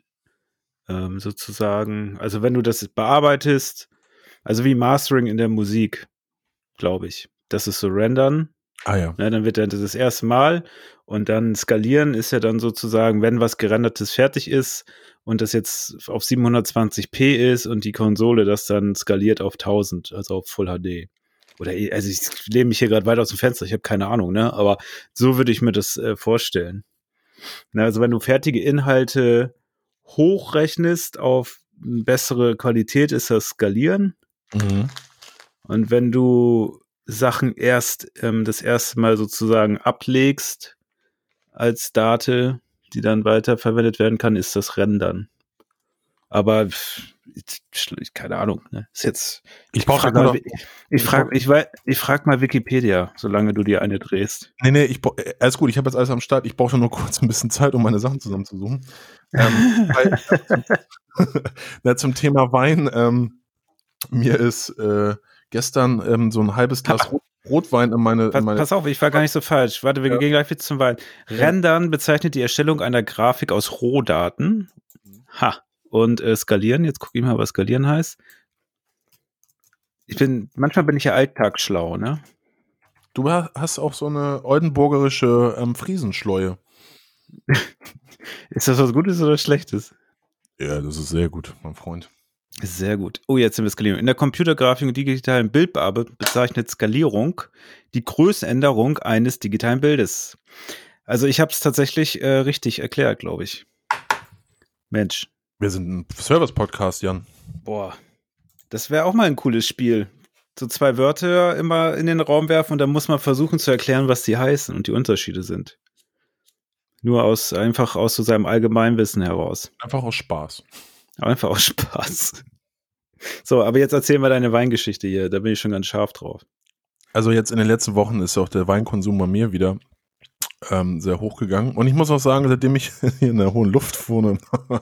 Speaker 1: sozusagen, also wenn du das bearbeitest, also wie Mastering in der Musik, glaube ich. Das ist so Rendern.
Speaker 3: Ah ja.
Speaker 1: Ne, dann wird dann das erste Mal und dann skalieren ist ja dann sozusagen, wenn was gerendertes fertig ist und das jetzt auf 720p ist und die Konsole das dann skaliert auf 1000, also auf Full HD. Oder, also ich lehne mich hier gerade weit aus dem Fenster, ich habe keine Ahnung, ne? Aber so würde ich mir das vorstellen. Na, also wenn du fertige Inhalte hochrechnest auf bessere Qualität, ist das Skalieren.
Speaker 3: Mhm.
Speaker 1: Und wenn du Sachen erst das erste Mal sozusagen ablegst als Date, die dann weiter verwendet werden kann, ist das Rendern. Aber keine Ahnung, ne? Ist jetzt. Ich frag mal Wikipedia, solange du dir eine drehst.
Speaker 3: Nee, alles gut, ich habe jetzt alles am Start. Ich brauche nur kurz ein bisschen Zeit, um meine Sachen zusammenzusuchen. Zum Thema Wein, mir ist gestern so ein halbes Glas Rotwein in meine.
Speaker 1: Pass auf, ich war gar nicht so falsch. Warte, wir gehen gleich wieder zum Wein. Rendern bezeichnet die Erstellung einer Grafik aus Rohdaten. Und skalieren, jetzt gucke ich mal, was skalieren heißt. Manchmal bin ich ja alltagsschlau, ne?
Speaker 3: Du hast auch so eine oldenburgerische Friesenschleue.
Speaker 1: Ist das was Gutes oder Schlechtes?
Speaker 3: Ja, das ist sehr gut, mein Freund.
Speaker 1: Sehr gut. Oh, jetzt sind wir skalieren. In der Computergrafik und digitalen Bildbearbeitung bezeichnet Skalierung die Größenänderung eines digitalen Bildes. Also ich habe es tatsächlich richtig erklärt, glaube ich. Mensch.
Speaker 3: Wir sind ein Service-Podcast, Jan.
Speaker 1: Boah, das wäre auch mal ein cooles Spiel. So 2 Wörter immer in den Raum werfen und dann muss man versuchen zu erklären, was die heißen und die Unterschiede sind. Nur einfach aus so seinem Allgemeinwissen heraus.
Speaker 3: Einfach aus Spaß.
Speaker 1: Einfach aus Spaß. So, aber jetzt erzähl mal deine Weingeschichte hier. Da bin ich schon ganz scharf drauf.
Speaker 3: Also jetzt in den letzten Wochen ist auch der Weinkonsum bei mir wieder sehr hochgegangen. Und ich muss auch sagen, seitdem ich hier in der hohen Luft wohne,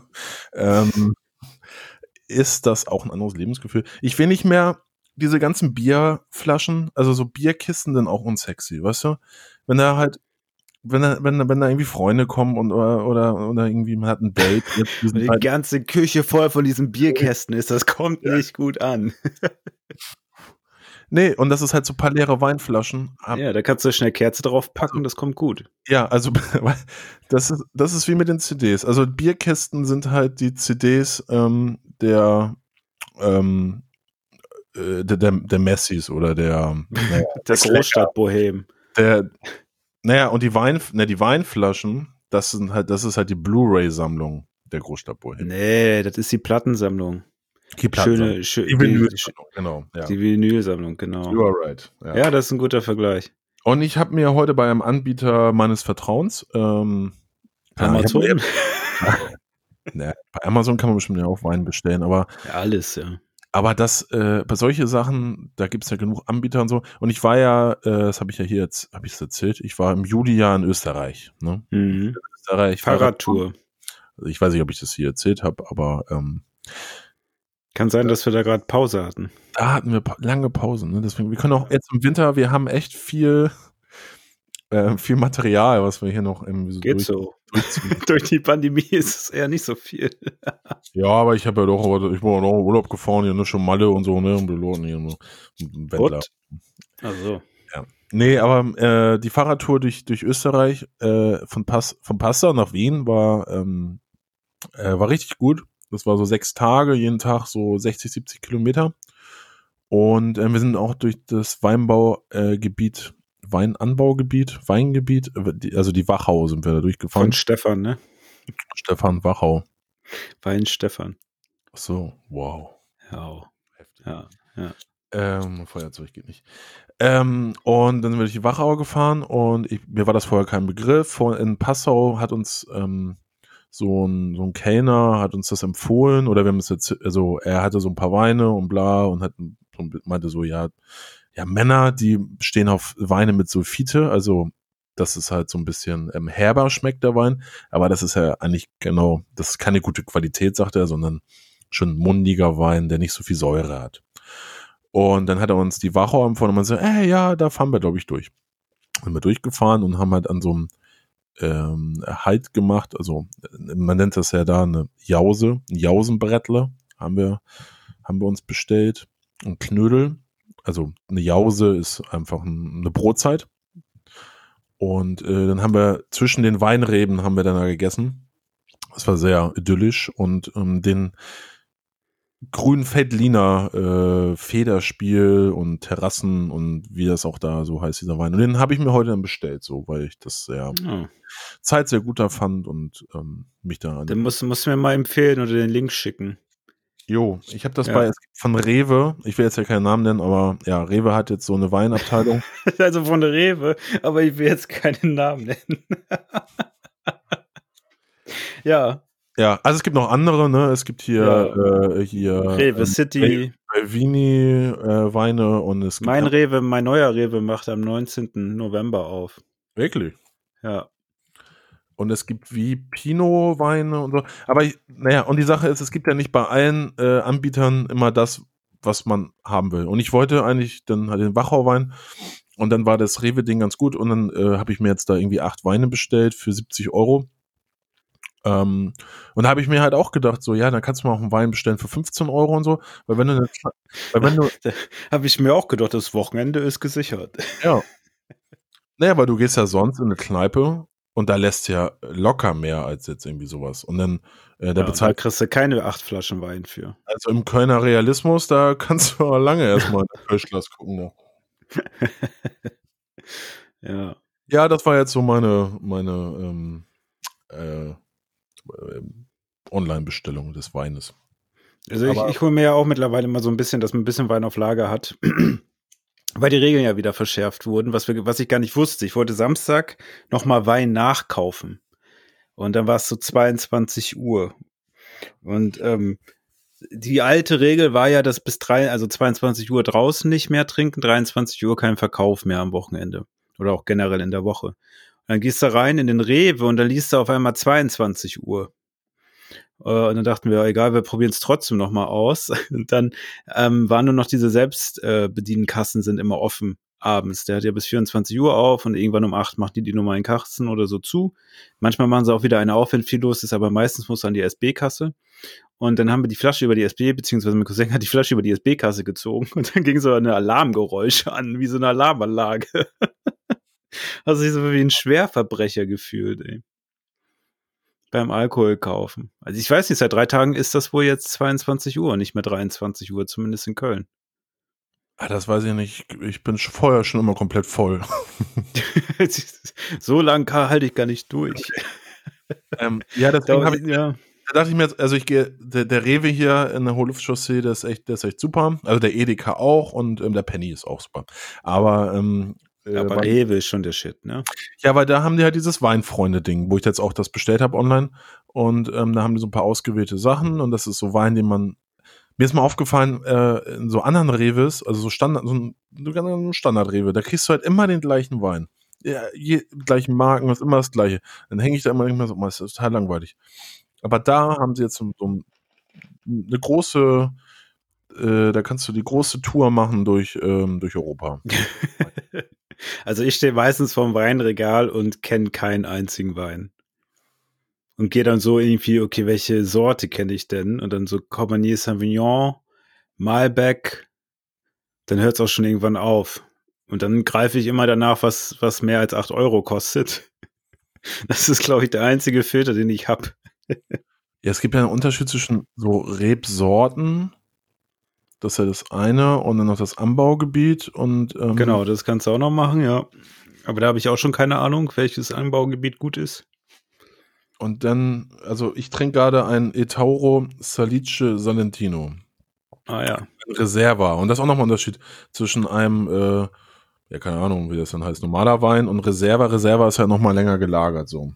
Speaker 3: ist das auch ein anderes Lebensgefühl. Ich will nicht mehr diese ganzen Bierflaschen, also so Bierkisten, dann auch unsexy, weißt du? Wenn da halt, wenn da irgendwie Freunde kommen und oder irgendwie man hat ein Date.
Speaker 1: Die
Speaker 3: halt
Speaker 1: ganze Küche voll von diesen Bierkästen ist, das kommt nicht gut an.
Speaker 3: Nee, und das ist halt so ein paar leere Weinflaschen.
Speaker 1: Ja, da kannst du schnell Kerze drauf packen, das kommt gut.
Speaker 3: Ja, also das ist wie mit den CDs. Also Bierkästen sind halt die CDs der Messis oder der
Speaker 1: Großstadtbohem.
Speaker 3: Und die Weinflaschen, das ist halt die Blu-ray-Sammlung der Großstadtbohem.
Speaker 1: Nee, das ist die Plattensammlung.
Speaker 3: Die
Speaker 1: Vinylsammlung,
Speaker 3: genau. Ja.
Speaker 1: Die Vinylsammlung, genau.
Speaker 3: You are right.
Speaker 1: Ja, das ist ein guter Vergleich.
Speaker 3: Und ich habe mir heute bei einem Anbieter meines Vertrauens
Speaker 1: Amazon?
Speaker 3: Bei Amazon kann man bestimmt ja auch Wein bestellen, aber
Speaker 1: ja, alles, ja.
Speaker 3: Aber das, bei solche Sachen, da gibt es ja genug Anbieter und so. Und ich war ja, das habe ich ja hier jetzt, habe ich es erzählt, ich war im Juli ja in Österreich. Ne?
Speaker 1: Mhm.
Speaker 3: Österreich,
Speaker 1: Fahrradtour.
Speaker 3: Also ich weiß nicht, ob ich das hier erzählt habe, aber
Speaker 1: kann sein, dass wir da gerade Pause hatten.
Speaker 3: Da hatten wir lange Pausen. Ne? Deswegen, wir können auch jetzt im Winter, wir haben echt viel Material, was wir hier noch irgendwie
Speaker 1: Geht so. Durch die Pandemie ist es eher nicht so viel.
Speaker 3: Ja, aber ich habe ja doch, ich war noch Urlaub gefahren, hier, ne, schon Malle und so, ne, und Piloten hier, ne, Wendler.
Speaker 1: Ach so.
Speaker 3: Ja. Nee, aber die Fahrradtour durch Österreich, von Passau nach Wien war richtig gut. Das war so 6 Tage, jeden Tag so 60, 70 Kilometer. Und wir sind auch durch das Weinanbaugebiet, also die Wachau sind wir da durchgefahren.
Speaker 1: Von Stefan, ne?
Speaker 3: Stefan Wachau.
Speaker 1: Wein Stefan.
Speaker 3: Ach so, wow.
Speaker 1: Ja.
Speaker 3: Feuerzeug geht nicht. Und dann sind wir durch die Wachau gefahren und mir war das vorher kein Begriff. In Passau hat uns so ein Kellner hat uns das empfohlen oder wir haben es jetzt, also er hatte so ein paar Weine und bla und meinte so, ja, Männer, die stehen auf Weine mit Sulfite, also das ist halt so ein bisschen herber schmeckt der Wein, aber das ist ja eigentlich genau, das ist keine gute Qualität, sagt er, sondern schon mundiger Wein, der nicht so viel Säure hat. Und dann hat er uns die Wachau empfohlen und man so, ja, da fahren wir, glaube ich, durch. Sind wir durchgefahren und haben halt an so einem Halt gemacht, also man nennt das ja da eine Jause, ein Jausenbrettle haben wir uns bestellt, ein Knödel, also eine Jause ist einfach eine Brotzeit und dann haben wir zwischen den Weinreben haben wir dann da gegessen, das war sehr idyllisch und den Grünfeldliner Federspiel und Terrassen und wie das auch da so heißt, dieser Wein. Und den habe ich mir heute dann bestellt, so, weil ich das Zeit sehr guter fand und mich da...
Speaker 1: Den musst du mir mal empfehlen oder den Link schicken.
Speaker 3: Jo, ich habe das von Rewe, ich will jetzt ja keinen Namen nennen, aber ja, Rewe hat jetzt so eine Weinabteilung.
Speaker 1: Also von Rewe, aber ich will jetzt keinen Namen nennen. Ja.
Speaker 3: Ja, also es gibt noch andere, ne? Es gibt hier
Speaker 1: Rewe City,
Speaker 3: Vini Weine und es gibt
Speaker 1: mein neuer Rewe macht am 19. November auf.
Speaker 3: Wirklich?
Speaker 1: Ja.
Speaker 3: Und es gibt wie Pinot-Weine und so. Aber und die Sache ist, es gibt ja nicht bei allen Anbietern immer das, was man haben will. Und ich wollte eigentlich dann halt den Wachau-Wein und dann war das Rewe-Ding ganz gut und dann habe ich mir jetzt da irgendwie 8 Weine bestellt für 70 €. Und da habe ich mir halt auch gedacht, so, ja, dann kannst du mal auch einen Wein bestellen für 15 € und so, weil wenn du
Speaker 1: habe ich mir auch gedacht, das Wochenende ist gesichert.
Speaker 3: Ja. Naja, weil du gehst ja sonst in eine Kneipe Und da lässt ja locker mehr als jetzt irgendwie sowas. Und dann
Speaker 1: da kriegst du keine 8 Flaschen Wein für.
Speaker 3: Also im Kölner Realismus, da kannst du aber lange erstmal in das Kölschglas gucken. Ne?
Speaker 1: Ja.
Speaker 3: Ja, das war jetzt so meine Online-Bestellung des Weines.
Speaker 1: Also ich hole mir ja auch mittlerweile mal so ein bisschen, dass man ein bisschen Wein auf Lager hat. Weil die Regeln ja wieder verschärft wurden, was ich gar nicht wusste. Ich wollte Samstag nochmal Wein nachkaufen. Und dann war es so 22 Uhr. Und die alte Regel war ja, dass bis 22 Uhr draußen nicht mehr trinken, 23 Uhr kein Verkauf mehr am Wochenende. Oder auch generell in der Woche. Und dann gehst du rein in den Rewe und dann liest du auf einmal 22 Uhr. Und dann dachten wir, egal, wir probieren es trotzdem nochmal aus. Und dann waren nur noch diese Selbstbedienkassen sind immer offen abends. Der hat ja bis 24 Uhr auf und irgendwann um 8 macht die normalen Kassen oder so zu. Manchmal machen sie auch wieder eine auf, wenn viel los ist, aber meistens muss an die SB-Kasse. Und dann haben wir die Flasche über die SB, beziehungsweise mein Cousin hat die Flasche über die SB-Kasse gezogen und dann ging so eine Alarmgeräusche an, wie so eine Alarmanlage. Also sich so wie ein Schwerverbrecher gefühlt, ey. Beim Alkohol kaufen. Also ich weiß nicht, seit 3 Tagen ist das wohl jetzt 22 Uhr, nicht mehr 23 Uhr, zumindest in Köln.
Speaker 3: Das weiß ich nicht. Ich bin vorher schon immer komplett voll.
Speaker 1: So lang halte ich gar nicht durch.
Speaker 3: Ja, deswegen habe ich... Ja. Da dachte ich mir jetzt, also ich gehe, der Rewe hier in der Hohlluftchaussee, der ist echt super. Also der Edeka auch und der Penny ist auch super. Aber
Speaker 1: Rewe ist schon der Shit, ne?
Speaker 3: Ja, weil da haben die halt dieses Weinfreunde-Ding, wo ich jetzt auch das bestellt habe online. Und da haben die so ein paar ausgewählte Sachen und das ist so Wein, den man... Mir ist mal aufgefallen, in so anderen Rewes, also so ein Standard-Rewe, da kriegst du halt immer den gleichen Wein. Ja, gleichen Marken, das ist immer das Gleiche. Dann hänge ich da immer nicht mehr so, das ist total langweilig. Aber da haben sie jetzt so eine große, da kannst du die große Tour machen durch Europa.
Speaker 1: Also ich stehe meistens vorm Weinregal und kenne keinen einzigen Wein. Und gehe dann so irgendwie, okay, welche Sorte kenne ich denn? Und dann so Cabernet Sauvignon, Malbec, dann hört es auch schon irgendwann auf. Und dann greife ich immer danach, was mehr als 8 Euro kostet. Das ist, glaube ich, der einzige Filter, den ich habe.
Speaker 3: Ja, es gibt ja einen Unterschied zwischen so Rebsorten, das ist ja das eine, und dann noch das Anbaugebiet. Und
Speaker 1: genau, das kannst du auch noch machen, ja. Aber da habe ich auch schon keine Ahnung, welches Anbaugebiet gut ist.
Speaker 3: Und dann, also ich trinke gerade ein Etauro Salice Salentino.
Speaker 1: Ah ja.
Speaker 3: Ein Reserva. Und das ist auch nochmal ein Unterschied zwischen einem, ja keine Ahnung, wie das dann heißt, normaler Wein und Reserva. Reserva ist ja nochmal länger gelagert, so.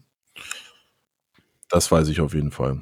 Speaker 3: Das weiß ich auf jeden Fall.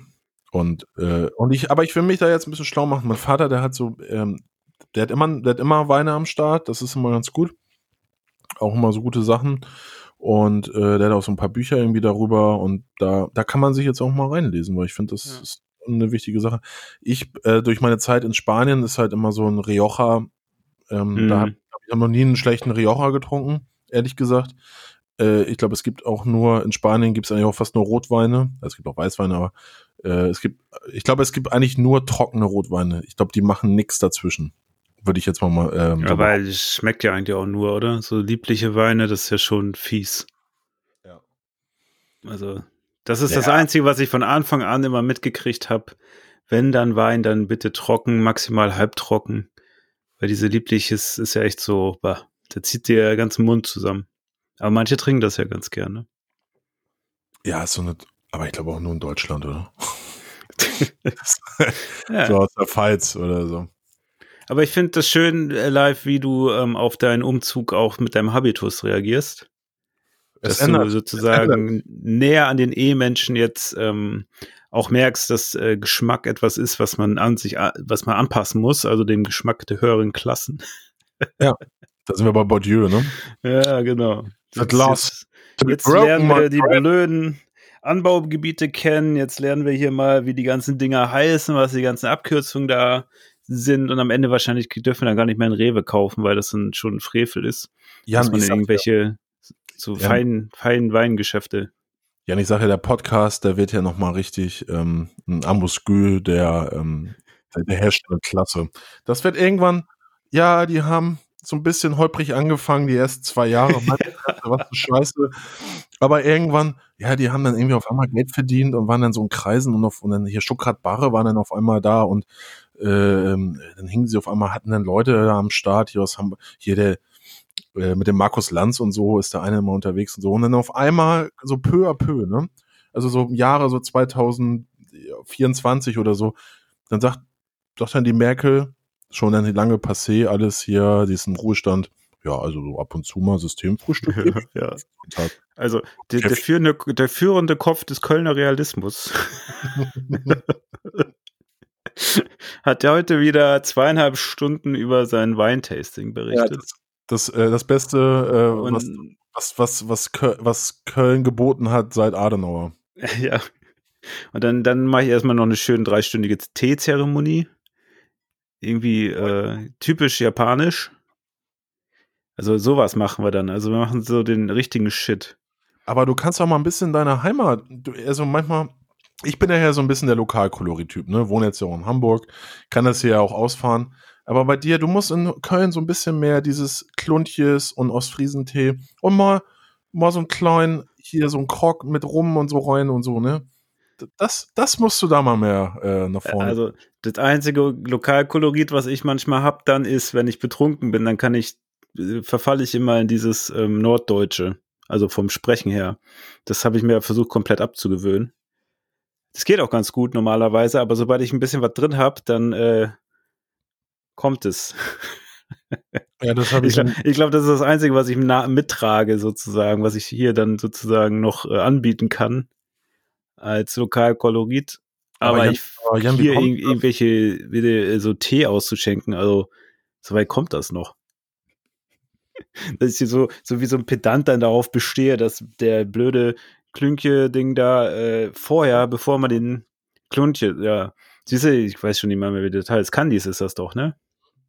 Speaker 3: Aber ich will mich da jetzt ein bisschen schlau machen. Mein Vater, der hat so, der hat immer Weine am Start, das ist immer ganz gut. Auch immer so gute Sachen. Und der hat auch so ein paar Bücher irgendwie darüber und da kann man sich jetzt auch mal reinlesen, weil ich finde, das ist eine wichtige Sache. Durch meine Zeit in Spanien ist halt immer so ein Rioja, da habe ich noch nie einen schlechten Rioja getrunken, ehrlich gesagt. Ich glaube, es gibt auch nur, in Spanien gibt es eigentlich auch fast nur Rotweine, also es gibt auch Weißweine, aber ich glaube, es gibt eigentlich nur trockene Rotweine. Ich glaube, die machen nichts dazwischen. Würde ich jetzt mal
Speaker 1: ja, weil es schmeckt ja eigentlich auch nur, oder? So liebliche Weine, das ist ja schon fies.
Speaker 3: Ja.
Speaker 1: Also, das ist das Einzige, was ich von Anfang an immer mitgekriegt habe. Wenn dann Wein, dann bitte trocken, maximal halbtrocken. Weil diese liebliches ist ja echt so, da zieht dir der ganze Mund zusammen. Aber manche trinken das ja ganz gerne.
Speaker 3: Ja, ist so eine, aber ich glaube auch nur in Deutschland, oder?
Speaker 1: Ja.
Speaker 3: So aus der Pfalz oder so.
Speaker 1: Aber ich finde das schön, live, wie du auf deinen Umzug auch mit deinem Habitus reagierst. Dass du sozusagen näher an den Ehmenschen jetzt auch merkst, dass Geschmack etwas ist, was man anpassen muss, also dem Geschmack der höheren Klassen.
Speaker 3: Ja, da sind wir bei Bourdieu, ne?
Speaker 1: Ja, genau.
Speaker 3: At last.
Speaker 1: Jetzt lernen wir die blöden Anbaugebiete kennen, jetzt lernen wir hier mal, wie die ganzen Dinger heißen, was die ganzen Abkürzungen da sind und am Ende wahrscheinlich dürfen wir dann gar nicht mehr ein Rewe kaufen, weil das dann schon ein Frevel ist.
Speaker 3: Ja,
Speaker 1: dass man irgendwelche so feinen Weingeschäfte.
Speaker 3: Ja, ich sage ja, der Podcast, der wird ja nochmal richtig ein Amuse-Gueule der Herstellerklasse. Das wird irgendwann, ja, die haben so ein bisschen holprig angefangen, die ersten 2 Jahre. Was für Scheiße. Aber irgendwann, ja, die haben dann irgendwie auf einmal Geld verdient und waren dann so in Kreisen und dann hier Stuttgart Barre waren dann auf einmal da und dann hingen sie auf einmal, hatten dann Leute da am Start, hier aus Hamburg, hier der mit dem Markus Lanz und so ist der eine immer unterwegs und so. Und dann auf einmal so peu à peu, ne? Also so im Jahre so 2024 oder so, dann sagt dann die Merkel, schon dann lange passé, alles hier, diesen Ruhestand, ja, also so ab und zu mal Systemfrühstück.
Speaker 1: Ja. Also der führende Kopf des Kölner Realismus hat ja heute wieder 2,5 Stunden über sein Weintasting berichtet.
Speaker 3: Ja, das Beste, was Köln geboten hat seit Adenauer.
Speaker 1: Ja. Und dann mache ich erstmal noch eine schöne 3-stündige Teezeremonie. Irgendwie typisch japanisch. Also sowas machen wir dann. Also wir machen so den richtigen Shit.
Speaker 3: Aber du kannst auch mal ein bisschen deine Heimat, also manchmal, ich bin ja so ein bisschen der Lokalkolorit-Typ, ne? Wohne jetzt ja auch in Hamburg, kann das hier ja auch ausfahren. Aber bei dir, du musst in Köln so ein bisschen mehr dieses Kluntjes und Ostfriesentee und mal so einen kleinen, hier so einen Krog mit Rum und so rein und so, ne? Das musst du da mal mehr nach vorne.
Speaker 1: Also das einzige Lokalkolorit, was ich manchmal habe, dann ist, wenn ich betrunken bin, dann verfalle ich immer in dieses Norddeutsche, also vom Sprechen her. Das habe ich mir versucht komplett abzugewöhnen. Das geht auch ganz gut normalerweise, aber sobald ich ein bisschen was drin habe, dann kommt es.
Speaker 3: Ja, das habe
Speaker 1: ich glaube, das ist das Einzige, was ich mittrage sozusagen, was ich hier dann sozusagen noch anbieten kann als Lokalkolorit. Aber Jan, hier irgendwelche so Tee auszuschenken, also soweit kommt das noch. Dass ich so wie so ein Pedant dann darauf bestehe, dass der blöde Klünkje-Ding da vorher, bevor man den Kluntje, ja, siehst du, ich weiß schon nicht mehr wie Details, Candies ist das doch, ne?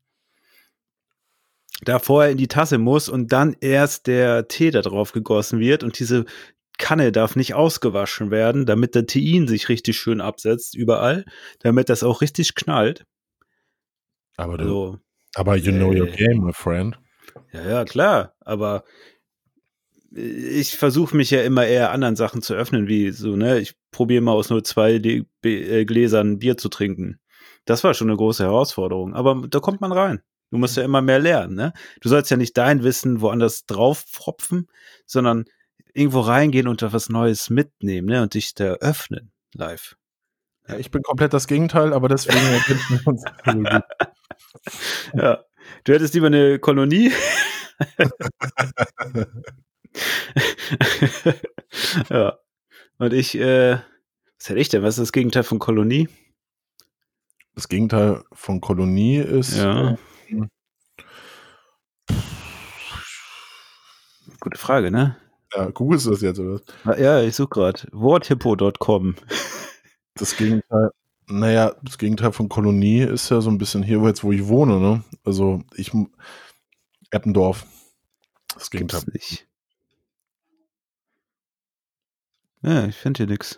Speaker 1: Da vorher in die Tasse muss und dann erst der Tee da drauf gegossen wird und diese Kanne darf nicht ausgewaschen werden, damit der Tein sich richtig schön absetzt überall, damit das auch richtig knallt.
Speaker 3: Aber you know your game, my friend.
Speaker 1: Ja, klar, aber ich versuche mich ja immer eher anderen Sachen zu öffnen, wie so, ne, ich probiere mal aus nur 2 Gläsern Bier zu trinken. Das war schon eine große Herausforderung, aber da kommt man rein. Du musst ja immer mehr lernen, ne? Du sollst ja nicht dein Wissen woanders drauf pfropfen, sondern irgendwo reingehen und da was Neues mitnehmen, ne? Und dich da öffnen, live.
Speaker 3: Ja, ich bin komplett das Gegenteil, aber deswegen erkennen wir uns so gut.
Speaker 1: Ja. Du hättest lieber eine Kolonie. Ja. Und ich, was hätte ich denn? Was ist das Gegenteil von Kolonie?
Speaker 3: Das Gegenteil von Kolonie ist.
Speaker 1: Ja. Gute Frage, ne?
Speaker 3: Ja, googelst du das jetzt, oder?
Speaker 1: Ja, ich suche gerade. Worthippo.com.
Speaker 3: Das Gegenteil von Kolonie ist ja so ein bisschen hier, wo ich wohne, ne? Also Eppendorf. Das Gegenteil.
Speaker 1: Gibt's nicht. Ja, ich finde hier nichts.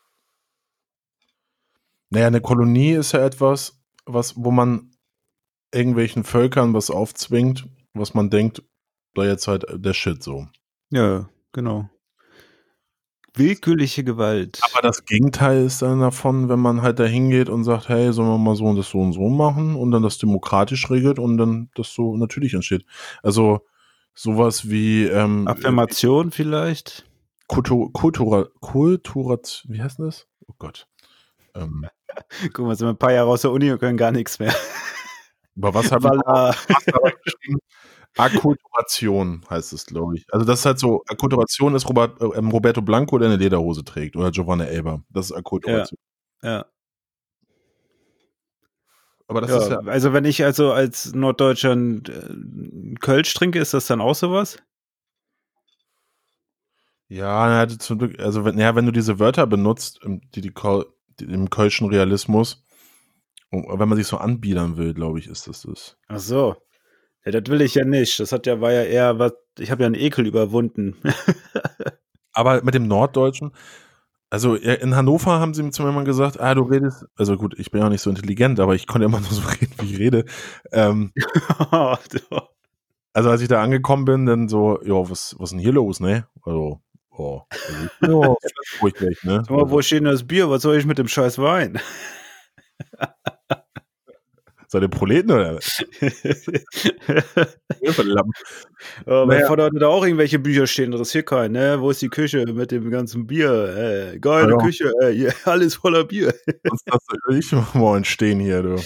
Speaker 3: Naja, eine Kolonie ist ja etwas, wo man irgendwelchen Völkern was aufzwingt, was man denkt, da jetzt halt der Shit so.
Speaker 1: Ja, genau. Willkürliche Gewalt.
Speaker 3: Aber das Gegenteil ist dann davon, wenn man halt da hingeht und sagt, hey, sollen wir mal so und so machen und dann das demokratisch regelt und dann das so natürlich entsteht. Also sowas wie
Speaker 1: Affirmation vielleicht?
Speaker 3: Wie heißt das? Oh Gott.
Speaker 1: Guck mal, sind wir ein paar Jahre aus der Uni und können gar nichts mehr.
Speaker 3: Über was habe ich geschrieben? Akkulturation heißt es, glaube ich. Also das ist halt so, Akkulturation ist Roberto Blanco, der eine Lederhose trägt, oder Giovanna Elber. Das ist Akkulturation.
Speaker 1: Ja.
Speaker 3: Aber das ist ja...
Speaker 1: Also wenn ich also als Norddeutscher Kölsch trinke, ist das dann auch sowas?
Speaker 3: Ja, zum Glück, also wenn du diese Wörter benutzt, im Kölschen Realismus, wenn man sich so anbiedern will, glaube ich, ist das.
Speaker 1: Ach so. Ja, das will ich ja nicht. War ja eher was, ich habe ja einen Ekel überwunden.
Speaker 3: Aber mit dem Norddeutschen, also in Hannover haben sie mir zum Beispiel gesagt, du redest, also gut, ich bin ja nicht so intelligent, aber ich konnte immer nur so reden, wie ich rede. Also als ich da angekommen bin, dann so, ja, was ist denn hier los, ne? Also, Oh, also, ruhig weg, ne?
Speaker 1: Sag mal, wo steht denn das Bier? Was soll ich mit dem scheiß Wein?
Speaker 3: Seid ihr Proleten oder?
Speaker 1: Mein Vater hatte da auch irgendwelche Bücher stehen, interessiert keinen, ne? Wo ist die Küche mit dem ganzen Bier? Geile Küche, hier, alles voller Bier.
Speaker 3: Sonst lass ich mal entstehen hier, du.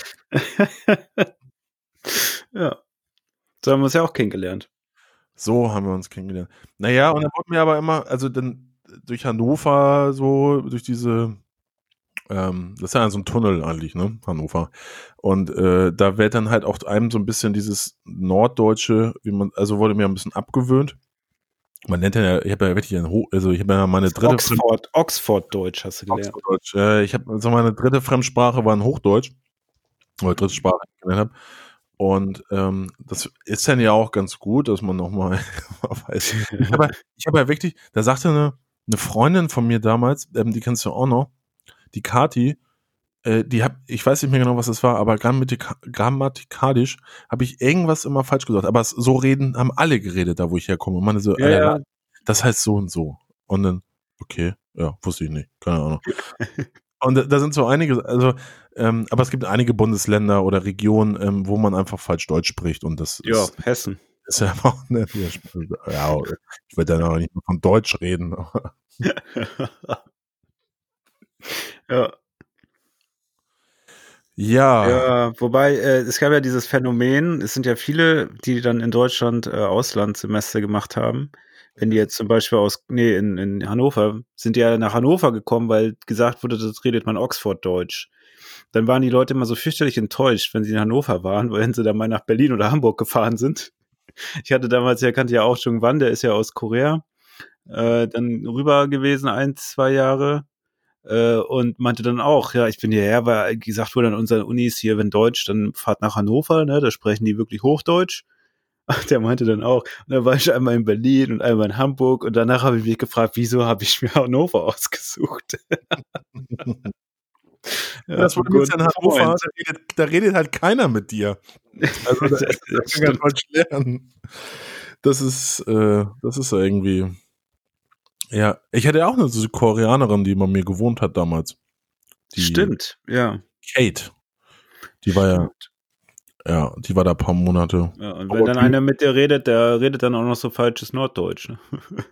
Speaker 1: Ja. So haben wir uns ja auch kennengelernt.
Speaker 3: So haben wir uns kennengelernt. Naja, und dann wurden wir aber immer, also dann durch Hannover, so, durch diese, das ist ja so ein Tunnel eigentlich, ne, Hannover. Und da wird dann halt auch einem so ein bisschen dieses Norddeutsche, also wurde mir ein bisschen abgewöhnt. Man nennt ja, ich habe ja wirklich ich habe ja meine dritte
Speaker 1: Oxford-Deutsch hast du gelernt.
Speaker 3: Oxford-Deutsch. Ich habe so meine dritte Fremdsprache war ein Hochdeutsch, oder dritte Sprache, die ich gelernt habe. Und das ist dann ja auch ganz gut, dass man nochmal weiß. Ich habe ja wirklich, da sagte eine Freundin von mir damals, die kennst du auch noch, die Kati, ich weiß nicht mehr genau, was das war, aber grammatikalisch habe ich irgendwas immer falsch gesagt. Aber so haben alle geredet, da wo ich herkomme. Und meine so,
Speaker 1: ja.
Speaker 3: Das heißt so und so. Und dann, okay, ja, wusste ich nicht, keine Ahnung. Und da sind so einige, also, aber es gibt einige Bundesländer oder Regionen, wo man einfach falsch Deutsch spricht. Und das ist
Speaker 1: Hessen.
Speaker 3: Ist ja auch, ne, ja, ich will dann auch nicht mehr von Deutsch reden.
Speaker 1: Ja.
Speaker 3: Ja,
Speaker 1: wobei, es gab ja dieses Phänomen, es sind ja viele, die dann in Deutschland Auslandssemester gemacht haben. Wenn die jetzt zum Beispiel in Hannover, sind die ja nach Hannover gekommen, weil gesagt wurde, das redet man Oxford-Deutsch. Dann waren die Leute immer so fürchterlich enttäuscht, wenn sie in Hannover waren, weil sie dann mal nach Berlin oder Hamburg gefahren sind. Ich hatte damals, kannte ja auch Jung Wan, der ist ja aus Korea, dann rüber gewesen, 1-2 Jahre. Und meinte dann auch, ja, ich bin hierher, weil gesagt wurde an unseren Unis hier, wenn Deutsch, dann fahrt nach Hannover, ne, da sprechen die wirklich Hochdeutsch. Der meinte dann auch, und dann war ich einmal in Berlin und einmal in Hamburg und danach habe ich mich gefragt, wieso habe ich mir Hannover ausgesucht?
Speaker 3: Ja, das wurde mit in Hannover, da redet halt keiner mit dir. Also da kann man Deutsch lernen. Das ist irgendwie. Ja, ich hatte auch eine Koreanerin, die bei mir gewohnt hat damals.
Speaker 1: Stimmt, ja.
Speaker 3: Kate. Die war die war da ein paar Monate.
Speaker 1: Ja, und wenn dann einer mit dir redet, der redet dann auch noch so falsches Norddeutsch. Ne?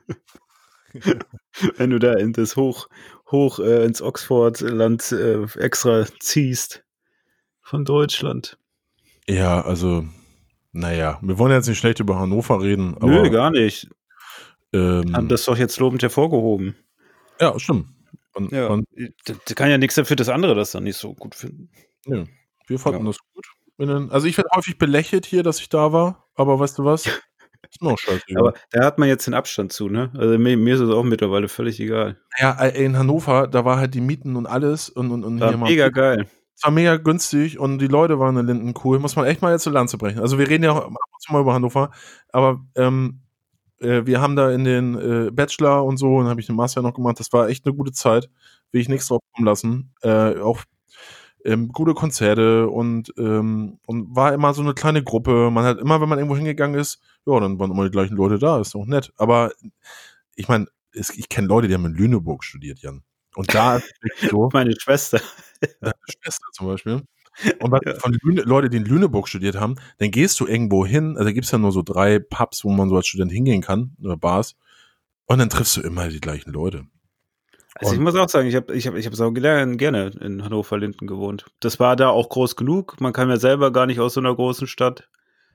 Speaker 1: Wenn du da in das hoch ins Oxford-Land extra ziehst von Deutschland.
Speaker 3: Ja, also, naja, wir wollen jetzt nicht schlecht über Hannover reden. Aber,
Speaker 1: nö, gar nicht. Haben das doch jetzt lobend hervorgehoben.
Speaker 3: Ja, stimmt.
Speaker 1: Da kann ja nichts dafür, dass andere das dann nicht so gut finden.
Speaker 3: Ja, wir fanden das gut. Also ich werde häufig belächelt hier, dass ich da war, aber weißt du was? Ist mir auch scheißegal.
Speaker 1: Aber da hat man jetzt den Abstand zu, ne? Also mir ist es auch mittlerweile völlig egal.
Speaker 3: Ja, in Hannover, da war halt die Mieten und alles und
Speaker 1: war hier mega geil.
Speaker 3: Es war mega günstig und die Leute waren in Linden cool. Muss man echt mal jetzt zur Lanze brechen. Also wir reden ja auch ab und zu mal über Hannover, aber wir haben da in den Bachelor und so, und habe ich den Master noch gemacht. Das war echt eine gute Zeit. Will ich nichts drauf kommen lassen. Auch gute Konzerte und war immer so eine kleine Gruppe. Man hat immer, wenn man irgendwo hingegangen ist, ja, dann waren immer die gleichen Leute da. Ist doch nett. Aber ich meine, ich kenne Leute, die haben in Lüneburg studiert, Jan. Und da ist es so.
Speaker 1: Meine Schwester.
Speaker 3: Deine Schwester zum Beispiel. Und von Leuten, die in Lüneburg studiert haben, dann gehst du irgendwo hin, also da gibt es ja nur so 3 Pubs, wo man so als Student hingehen kann, oder Bars, und dann triffst du immer die gleichen Leute.
Speaker 1: Also ich muss auch sagen, ich hab auch gerne in Hannover-Linden gewohnt. Das war da auch groß genug. Man kam ja selber gar nicht aus so einer großen Stadt.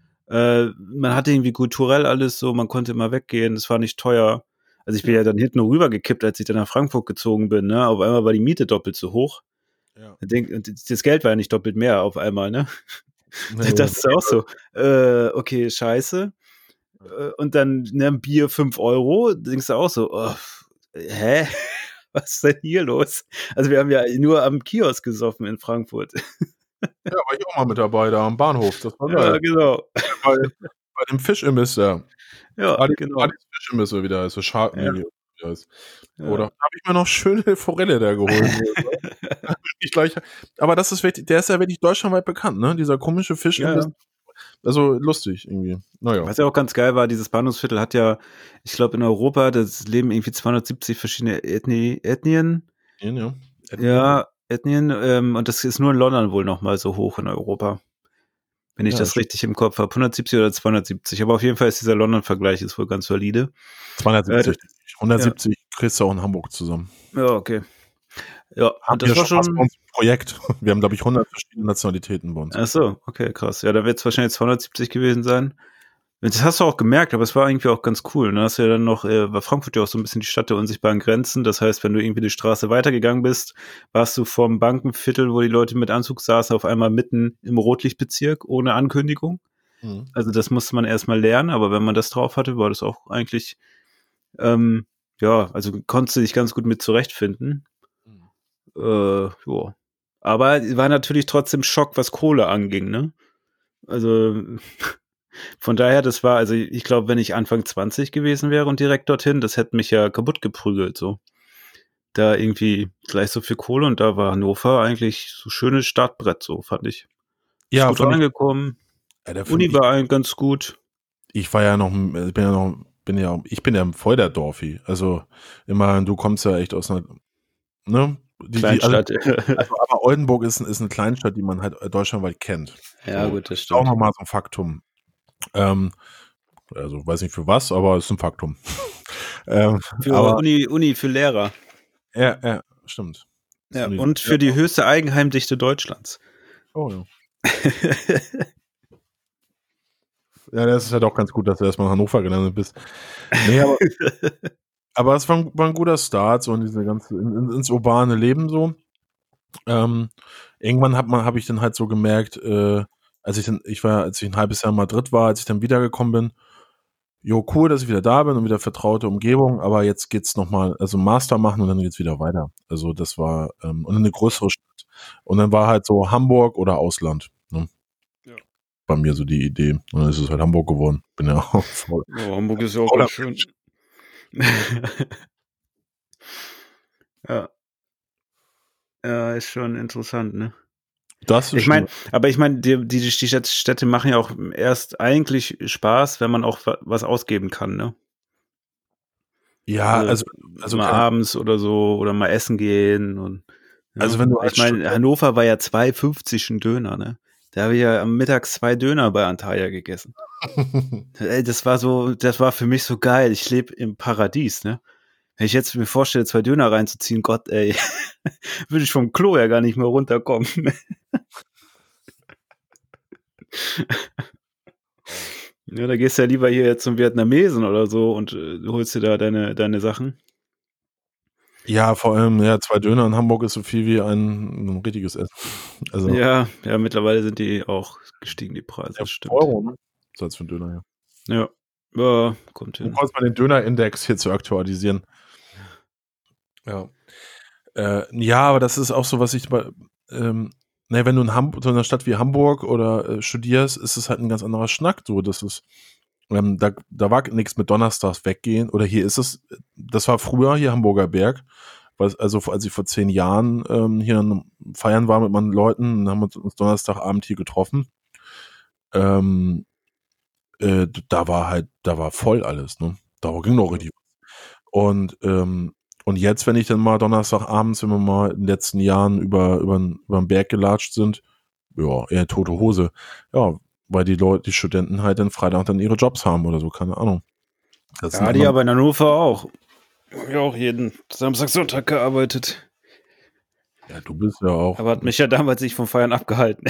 Speaker 1: Man hatte irgendwie kulturell alles so, man konnte immer weggehen, das war nicht teuer. Also ich bin ja dann hinten rübergekippt, als ich dann nach Frankfurt gezogen bin, ne? Auf einmal war die Miete doppelt so hoch. Ja. Das Geld war ja nicht doppelt mehr auf einmal, ne? Ja, das ist auch so. Okay, scheiße. Und dann ein Bier 5 €, denkst du auch so, hä? Was ist denn hier los? Also wir haben ja nur am Kiosk gesoffen in Frankfurt.
Speaker 3: Ja, war ich auch mal mit dabei, da am Bahnhof. Das war geil.
Speaker 1: Ja, genau.
Speaker 3: Bei dem Fischimbiss da.
Speaker 1: Ja,
Speaker 3: genau. Das Fischimbiss wieder ist, so Shark-Meal. Ja. Oder habe ich mir noch schöne Forelle da geholt. Aber das ist wirklich, der ist ja wirklich deutschlandweit bekannt, ne? Dieser komische Fischimbiss. Ja. Also lustig irgendwie. Naja.
Speaker 1: Was ja auch ganz geil war, dieses Bahnhofsviertel hat ja, ich glaube in Europa, das leben irgendwie 270 verschiedene Ethnien.
Speaker 3: Ja.
Speaker 1: Ja, Ethnien. Und das ist nur in London wohl nochmal so hoch in Europa. Wenn ich das richtig im Kopf habe. 170 oder 270. Aber auf jeden Fall ist dieser London-Vergleich ist wohl ganz valide.
Speaker 3: 270. 170 kriegst du auch in Hamburg zusammen.
Speaker 1: Ja, okay. Ja,
Speaker 3: und das war schon bei uns ein Projekt. Wir haben, glaube ich, 100 verschiedene Nationalitäten bei uns.
Speaker 1: Ach so, okay, krass. Ja, da wird es wahrscheinlich 270 gewesen sein. Das hast du auch gemerkt, aber es war irgendwie auch ganz cool. Ne? Hast du ja dann noch, war Frankfurt ja auch so ein bisschen die Stadt der unsichtbaren Grenzen. Das heißt, wenn du irgendwie die Straße weitergegangen bist, warst du vom Bankenviertel, wo die Leute mit Anzug saßen, auf einmal mitten im Rotlichtbezirk ohne Ankündigung. Mhm. Also das musste man erstmal lernen, aber wenn man das drauf hatte, war das auch eigentlich, also konntest du dich ganz gut mit zurechtfinden. Ja. Aber war natürlich trotzdem Schock, was Kohle anging, ne? Also von daher, das war, also ich glaube, wenn ich Anfang 20 gewesen wäre und direkt dorthin, das hätte mich ja kaputt geprügelt, so. Da irgendwie gleich so viel Kohle und da war Hannover eigentlich so schönes Startbrett, so fand ich.
Speaker 3: Ja,
Speaker 1: gut reingekommen. Uni war ganz gut.
Speaker 3: Ich war ja noch, ich bin ja voll der Dorfi. Also immerhin, du kommst ja echt aus einer, ne?
Speaker 1: Kleinstadt.
Speaker 3: Aber Oldenburg ist eine Kleinstadt, die man halt deutschlandweit kennt.
Speaker 1: Ja, so, gut, das stimmt.
Speaker 3: Auch nochmal so ein Faktum. Also weiß nicht für was, aber es ist ein Faktum.
Speaker 1: Für Uni für Lehrer.
Speaker 3: Ja, stimmt.
Speaker 1: Ja, und für die höchste Eigenheimdichte Deutschlands.
Speaker 3: Oh ja. Ja, das ist ja doch ganz gut, dass du erstmal in Hannover gelandet bist. Nee, aber es war ein guter Start, so in diese ganze, ins urbane Leben so. Irgendwann habe ich dann halt so gemerkt, als ich ein halbes Jahr in Madrid war, als ich dann wiedergekommen bin, cool, dass ich wieder da bin und wieder vertraute Umgebung, aber jetzt geht's nochmal, also Master machen und dann geht's wieder weiter. Also das war, und eine größere Stadt. Und dann war halt so Hamburg oder Ausland, ne? Ja. Bei mir so die Idee. Und dann ist es halt Hamburg geworden. Bin ja auch voll.
Speaker 1: Oh, Hamburg ist ja auch ganz schön. Ja, ist schon interessant, ne?
Speaker 3: Das ist
Speaker 1: ich meine, die Städte machen ja auch erst eigentlich Spaß, wenn man auch was ausgeben kann, ne?
Speaker 3: Ja, also
Speaker 1: mal abends oder so oder mal essen gehen und
Speaker 3: ja. Also wenn du
Speaker 1: ich meine, Hannover war ja 2,50 ein Döner, ne? Da habe ich ja am Mittag 2 Döner bei Antalya gegessen. Das war für mich so geil. Ich lebe im Paradies, ne? Wenn ich jetzt mir vorstelle, 2 Döner reinzuziehen, Gott, ey, würde ich vom Klo ja gar nicht mehr runterkommen. Ja, da gehst du ja lieber hier zum Vietnamesen oder so und holst dir da deine Sachen.
Speaker 3: Ja, vor allem, 2 Döner in Hamburg ist so viel wie ein richtiges Essen. Also,
Speaker 1: ja, mittlerweile sind die auch gestiegen, die Preise. Das stimmt.
Speaker 3: Euro, ne? Satz für einen Döner,
Speaker 1: ja. Ja, kommt hin.
Speaker 3: Du kannst mal den Döner-Index hier zu aktualisieren. Ja. Aber das ist auch so, was ich wenn du in so einer Stadt wie Hamburg oder studierst, ist es halt ein ganz anderer Schnack. So, das ist, da war nichts mit Donnerstags weggehen. Oder hier ist es, das war früher hier Hamburger Berg. Also als ich vor 10 Jahren hier feiern war mit meinen Leuten, dann haben wir uns Donnerstagabend hier getroffen. Da war voll alles, ne? Da ging noch richtig. Und jetzt, wenn ich dann mal Donnerstagabends, wenn wir mal in den letzten Jahren über den Berg gelatscht sind, ja, eher tote Hose. Ja, weil die Studenten halt dann Freitag dann ihre Jobs haben oder so, keine Ahnung.
Speaker 1: Ja, die aber in Hannover auch. Hab ich auch jeden Samstag, Sonntag gearbeitet.
Speaker 3: Ja, du bist ja auch.
Speaker 1: Aber hat mich ja damals nicht vom Feiern abgehalten.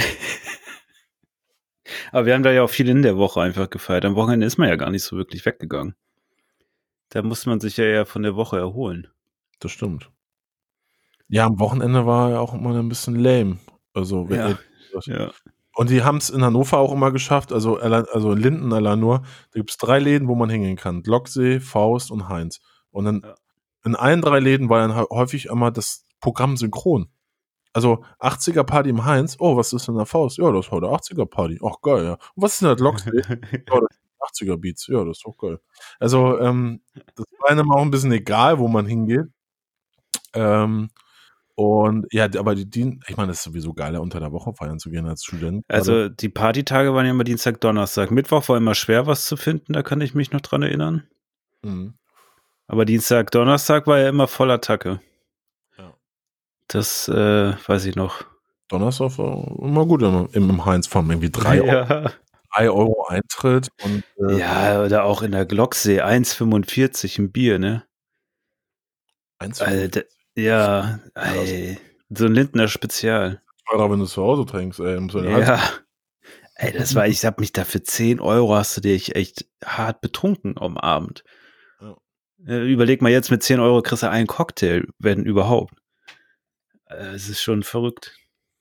Speaker 1: Aber wir haben da ja auch viel in der Woche einfach gefeiert. Am Wochenende ist man ja gar nicht so wirklich weggegangen. Da muss man sich ja eher von der Woche erholen.
Speaker 3: Das stimmt. Ja, am Wochenende war ja auch immer ein bisschen lame. Also,
Speaker 1: ja.
Speaker 3: Und die haben es in Hannover auch immer geschafft, also in Linden allein nur, da gibt es 3 Läden, wo man hingehen kann. Locksee, Faust und Heinz. Und dann in allen 3 Läden war dann häufig immer das Programm synchron. Also 80er Party im Heinz, oh, was ist denn der Faust? Ja, das ist heute 80er Party. Ach, geil, ja. Und was ist denn das Locksee? Ja, das sind 80er Beats. Ja, das ist doch geil. Also, das war einem auch ein bisschen egal, wo man hingeht. Und ja, aber ich meine, es ist sowieso geiler, unter der Woche feiern zu gehen als Student.
Speaker 1: Also die Partytage waren ja immer Dienstag, Donnerstag. Mittwoch war immer schwer, was zu finden, da kann ich mich noch dran erinnern.
Speaker 3: Mhm.
Speaker 1: Aber Dienstag, Donnerstag war ja immer voll Attacke.
Speaker 3: Ja.
Speaker 1: Das weiß ich noch.
Speaker 3: Donnerstag war immer gut im Heinz vom irgendwie 3 Euro Eintritt. Und,
Speaker 1: ja, oder auch in der Glocksee 1,45 ein Bier, ne?
Speaker 3: 1,45.
Speaker 1: Ja, ey, so ein Lindner Spezial.
Speaker 3: Teurer, wenn du es zu Hause trinkst, ey.
Speaker 1: Ja. Ey, ich hab mich da für 10 Euro hast du dich echt hart betrunken am Abend. Ja. Überleg mal jetzt, mit 10 Euro kriegst du einen Cocktail, wenn überhaupt. Es ist schon verrückt.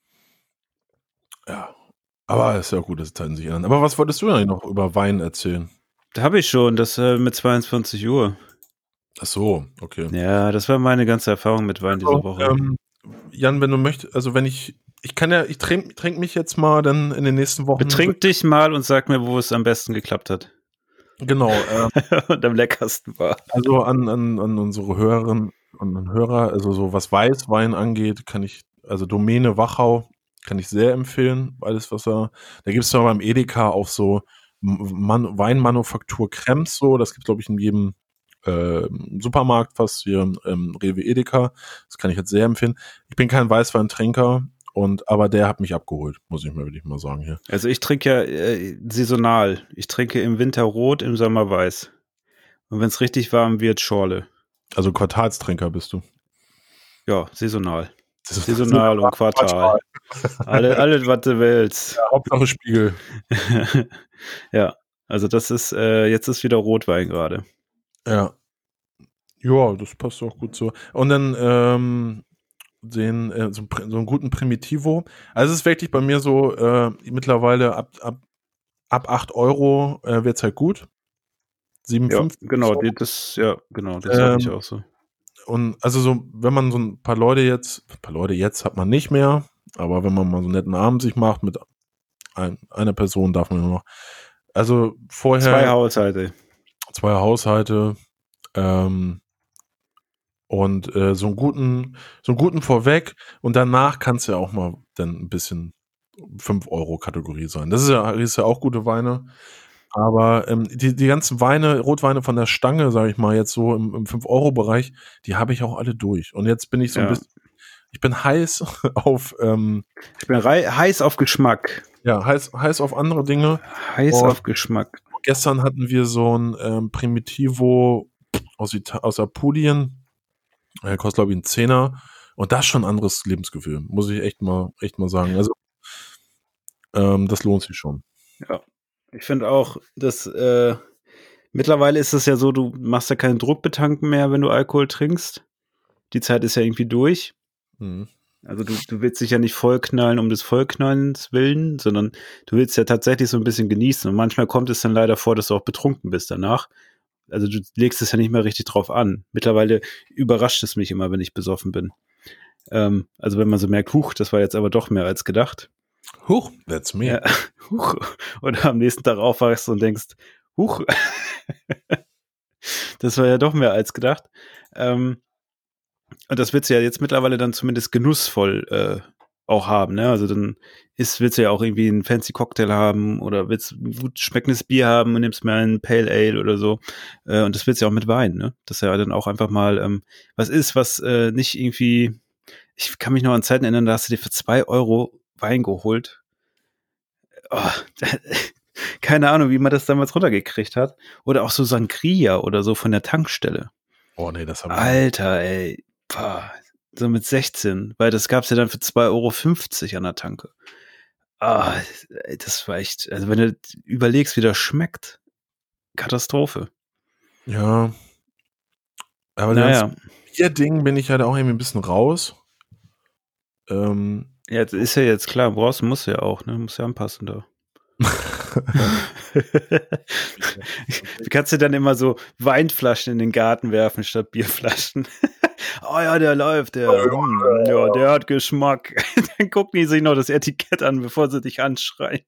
Speaker 3: Ja. Aber es ist ja gut, dass Zeiten sich ändern. Aber was wolltest du denn noch über Wein erzählen?
Speaker 1: Da habe ich schon, das mit 22 Uhr.
Speaker 3: Ach so, okay.
Speaker 1: Ja, das war meine ganze Erfahrung mit Wein diese Woche.
Speaker 3: Jan, wenn du möchtest, also wenn ich trinke mich jetzt mal dann in den nächsten Wochen.
Speaker 1: Betrink dich mal und sag mir, wo es am besten geklappt hat.
Speaker 3: Genau.
Speaker 1: Und am leckersten war.
Speaker 3: Also an unsere Hörerinnen und Hörer, also so was Weißwein angeht, also Domäne Wachau kann ich sehr empfehlen. Alles, da gibt es ja beim Edeka auch so Weinmanufaktur Krems, so, das gibt es, glaube ich, in jedem Supermarkt fast hier, Rewe Edeka. Das kann ich jetzt sehr empfehlen. Ich bin kein Weißweintrinker, aber der hat mich abgeholt, muss ich wirklich mal sagen hier.
Speaker 1: Also ich trinke ja saisonal. Ich trinke im Winter rot, im Sommer weiß. Und wenn es richtig warm wird, Schorle.
Speaker 3: Also Quartalstrinker bist du?
Speaker 1: Ja, saisonal. Saisonal und Quartal. Alle, was du willst.
Speaker 3: Ja, Hauptsache Spiegel.
Speaker 1: Ja, also das ist, jetzt ist wieder Rotwein gerade.
Speaker 3: Ja. Ja, das passt auch gut so. Und dann so einen guten Primitivo. Also es ist wirklich bei mir so, mittlerweile ab 8 Euro wird es halt gut. 57.
Speaker 1: Ja, genau, das habe ich auch so.
Speaker 3: Und also so, wenn man so ein paar Leute jetzt hat man nicht mehr, aber wenn man mal so einen netten Abend sich macht mit einer Person, darf man nur noch. Also vorher. 2 Haushalte. Und so einen guten vorweg und danach kann es ja auch mal dann ein bisschen 5-Euro-Kategorie sein. Das ist ja auch gute Weine. Aber die ganzen Rotweine von der Stange, sage ich mal, jetzt so im 5-Euro-Bereich, die habe ich auch alle durch. Und jetzt bin ich so ein bisschen, ich bin heiß auf
Speaker 1: ich bin heiß auf Geschmack.
Speaker 3: Ja, heiß auf andere Dinge.
Speaker 1: Heiß auf Geschmack.
Speaker 3: Gestern hatten wir so ein Primitivo aus Apulien. Kostet, glaube ich, einen 10er. Und das ist schon ein anderes Lebensgefühl, muss ich echt mal sagen. Also, das lohnt sich schon.
Speaker 1: Ja, ich finde auch, dass mittlerweile ist es ja so, du machst ja keinen Druckbetanken mehr, wenn du Alkohol trinkst. Die Zeit ist ja irgendwie durch. Mhm. Also du willst dich ja nicht vollknallen um des Vollknallens willen, sondern du willst ja tatsächlich so ein bisschen genießen. Und manchmal kommt es dann leider vor, dass du auch betrunken bist danach. Also du legst es ja nicht mehr richtig drauf an. Mittlerweile überrascht es mich immer, wenn ich besoffen bin. Also wenn man so merkt, das war jetzt aber doch mehr als gedacht.
Speaker 3: That's me.
Speaker 1: Ja, und am nächsten Tag aufwachst und denkst, das war ja doch mehr als gedacht. Und das willst du ja jetzt mittlerweile dann zumindest genussvoll auch haben, ne? Also dann willst du ja auch irgendwie einen fancy Cocktail haben oder willst ein gut schmeckendes Bier haben und nimmst mal ein Pale Ale oder so. Und das willst du ja auch mit Wein, ne? Das ja dann auch einfach mal was ist, was nicht irgendwie, ich kann mich noch an Zeiten erinnern, da hast du dir für 2 Euro Wein geholt. Oh, keine Ahnung, wie man das damals runtergekriegt hat. Oder auch so Sangria oder so von der Tankstelle.
Speaker 3: Oh nee, das haben wir.
Speaker 1: Alter, ey. Boah, so mit 16, weil das gab's ja dann für 2,50 Euro an der Tanke. Das war echt, also wenn du überlegst, wie das schmeckt, Katastrophe.
Speaker 3: Ja. Aber das Bier-Ding bin ich halt auch irgendwie ein bisschen raus.
Speaker 1: Ja, das ist ja jetzt klar, musst du ja auch, ne? Musst ja anpassen da. Wie kannst du dann immer so Weinflaschen in den Garten werfen statt Bierflaschen? Oh ja, der läuft, der hat Geschmack. Dann gucken die sich noch das Etikett an, bevor sie dich anschreien.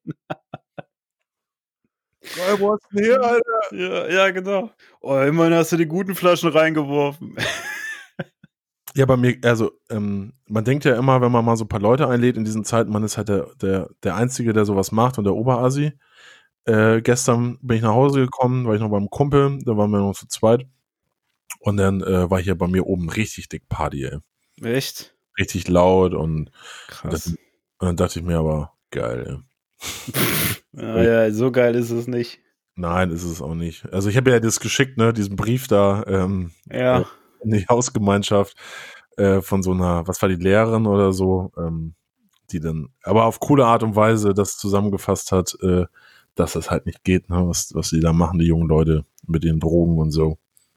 Speaker 3: Wo hast du denn hier, Alter?
Speaker 1: Ja, genau. Oh, immerhin hast du die guten Flaschen reingeworfen.
Speaker 3: Ja, bei mir, also man denkt ja immer, wenn man mal so ein paar Leute einlädt in diesen Zeiten, man ist halt der Einzige, der sowas macht und der Oberassi. Gestern bin ich nach Hause gekommen, war ich noch beim Kumpel, da waren wir noch zu zweit und dann war hier bei mir oben richtig dick Party, ey.
Speaker 1: Echt?
Speaker 3: Richtig laut und
Speaker 1: Krass.
Speaker 3: dann dachte ich mir aber, geil,
Speaker 1: Ja, so geil ist es nicht.
Speaker 3: Nein, ist es auch nicht. Also ich habe ja das geschickt, ne, diesen Brief da
Speaker 1: Ja.
Speaker 3: in die Hausgemeinschaft von so einer, was war die Lehrerin oder so, die dann, aber auf coole Art und Weise das zusammengefasst hat, dass das halt nicht geht, ne, was die da machen, die jungen Leute mit den Drogen und so.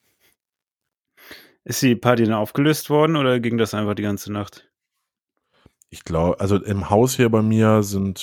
Speaker 1: Ist die Party dann aufgelöst worden oder ging das einfach die ganze Nacht?
Speaker 3: Ich glaube, also im Haus hier bei mir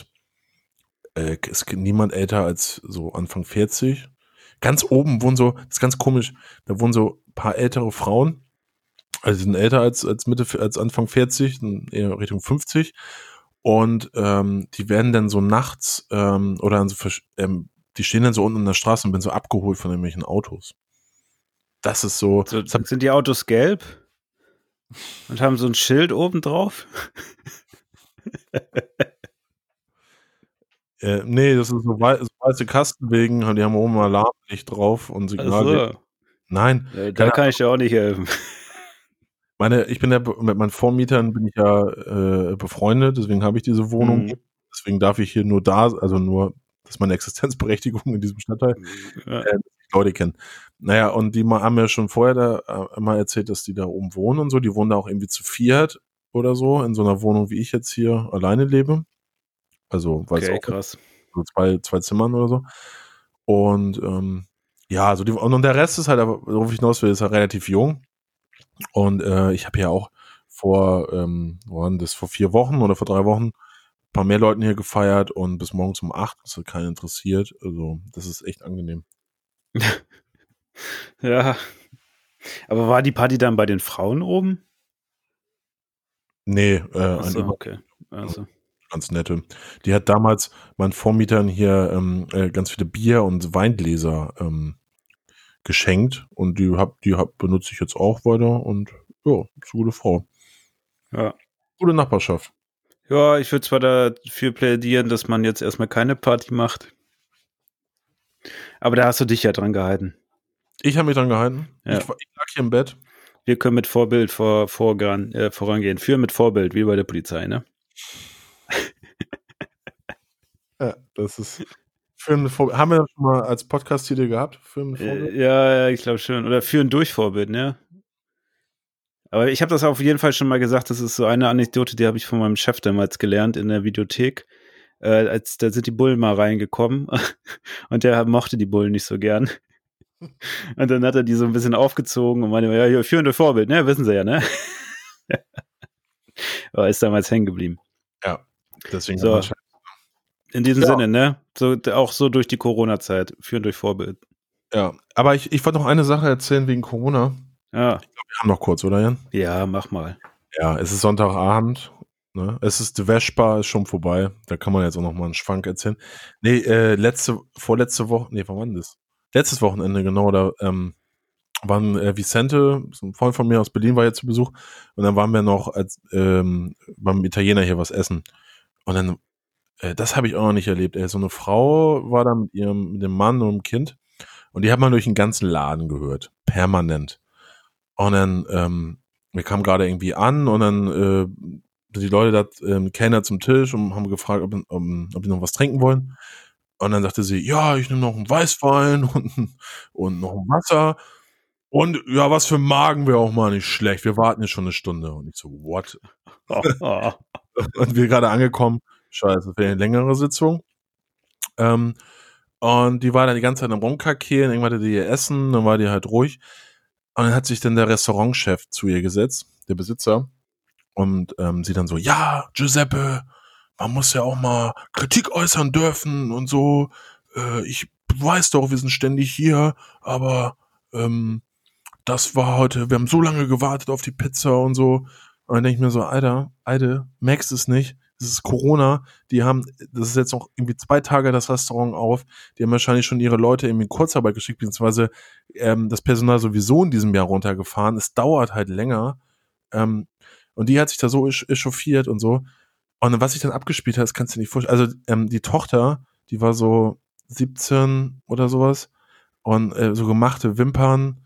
Speaker 3: ist niemand älter als so Anfang 40. Ganz oben wohnen so, das ist ganz komisch, da wohnen so ein paar ältere Frauen, also die sind älter als Anfang 40, eher Richtung 50. Und die werden dann so nachts oder an so die stehen dann so unten in der Straße und werden so abgeholt von irgendwelchen Autos. Das ist so.
Speaker 1: Sind die Autos gelb? Und haben so ein Schild oben drauf?
Speaker 3: Nee, das ist so weiße Kastenwegen, die haben oben mal Alarmlicht drauf und Signal.
Speaker 1: So.
Speaker 3: Nein.
Speaker 1: Ja, da kann ich dir auch nicht helfen.
Speaker 3: Ich bin ja mit meinen Vormietern bin ich ja befreundet, deswegen habe ich diese Wohnung.
Speaker 1: Mhm.
Speaker 3: Deswegen darf ich hier nur das ist meine Existenzberechtigung in diesem Stadtteil.
Speaker 1: Ja.
Speaker 3: Die Leute kennen. Naja, und die haben mir schon vorher da immer erzählt, dass die da oben wohnen und so. Die wohnen da auch irgendwie zu viert oder so, in so einer Wohnung, wie ich jetzt hier alleine lebe. Also, weiß
Speaker 1: Okay,
Speaker 3: auch,
Speaker 1: krass.
Speaker 3: so zwei Zimmern oder so. Und ja, also und der Rest ist halt, worauf ich hinaus will, ist halt relativ jung. Und ich habe ja auch vor 4 Wochen oder vor 3 Wochen ein paar mehr Leuten hier gefeiert und bis morgens um 8, das hat keinen interessiert. Also, das ist echt angenehm.
Speaker 1: Ja. Aber war die Party dann bei den Frauen oben?
Speaker 3: Nee,
Speaker 1: Achso, okay. Also.
Speaker 3: ganz nette. Die hat damals meinen Vormietern hier ganz viele Bier- und Weingläser geschenkt und die benutze ich jetzt auch weiter und ja, ist eine gute Frau.
Speaker 1: Ja.
Speaker 3: Gute Nachbarschaft.
Speaker 1: Ja, ich würde zwar dafür plädieren, dass man jetzt erstmal keine Party macht. Aber da hast du dich ja dran gehalten.
Speaker 3: Ich habe mich dran gehalten.
Speaker 1: Ja.
Speaker 3: Ich lag hier im Bett.
Speaker 1: Wir können mit Vorbild vorangehen. Führen mit Vorbild, wie bei der Polizei, ne?
Speaker 3: Ja, das ist Führen mit Vorbild. Haben wir das schon mal als Podcast-Titel gehabt? Führen mit Vorbild?
Speaker 1: Ja, ich glaube schon. Oder führen durch Vorbild, ne? Aber ich habe das auf jeden Fall schon mal gesagt, das ist so eine Anekdote, die habe ich von meinem Chef damals gelernt in der Videothek. Da sind die Bullen mal reingekommen und der mochte die Bullen nicht so gern. Und dann hat er die so ein bisschen aufgezogen und meinte, ja, hier, führen durch Vorbild, ne? Wissen sie ja, ne? Aber ist damals hängen geblieben.
Speaker 3: Ja, deswegen.
Speaker 1: So, in diesem Sinne, ne? So, auch so durch die Corona-Zeit, führen durch Vorbild.
Speaker 3: Ja, aber ich wollte noch eine Sache erzählen wegen Corona.
Speaker 1: Ja.
Speaker 3: Ich glaube, wir haben noch kurz, oder Jan?
Speaker 1: Ja, mach mal.
Speaker 3: Ja, es ist Sonntagabend. Ne? Es ist die Vespa, ist schon vorbei. Da kann man jetzt auch noch mal einen Schwank erzählen. Nee, vorletzte Woche, nee, wann war denn das? Letztes Wochenende, genau, da waren Vicente, so ein Freund von mir aus Berlin, war jetzt zu Besuch. Und dann waren wir noch beim Italiener hier was essen. Und dann, das habe ich auch noch nicht erlebt. So eine Frau war da mit dem Mann und dem Kind. Und die hat man durch den ganzen Laden gehört. Permanent. Und dann, wir kamen gerade irgendwie an und dann die Leute da, Kellner zum Tisch und haben gefragt, ob die noch was trinken wollen. Und dann sagte sie, ja, ich nehme noch einen Weißwein und noch ein Wasser. Und ja, was für Magen wäre auch mal nicht schlecht. Wir warten jetzt schon eine Stunde. Und ich so, what?
Speaker 1: Oh.
Speaker 3: Und wir gerade angekommen, scheiße, das wäre eine längere Sitzung. Und die war dann die ganze Zeit am Rumkakieren, irgendwann hatte die ihr Essen, dann war die halt ruhig. Und dann hat sich dann der Restaurantchef zu ihr gesetzt, der Besitzer, und sie dann so, ja, Giuseppe, man muss ja auch mal Kritik äußern dürfen und so. Ich weiß doch, wir sind ständig hier, aber das war heute, wir haben so lange gewartet auf die Pizza und so. Und dann denke ich mir so, Alter, merkst es nicht? Das ist Corona, das ist jetzt noch irgendwie 2 Tage das Restaurant auf, die haben wahrscheinlich schon ihre Leute irgendwie in Kurzarbeit geschickt, beziehungsweise das Personal sowieso in diesem Jahr runtergefahren. Es dauert halt länger. Und die hat sich da so echauffiert und so. Und was sich dann abgespielt hat, das kannst du dir nicht vorstellen. Also die Tochter, die war so 17 oder sowas und so gemachte Wimpern,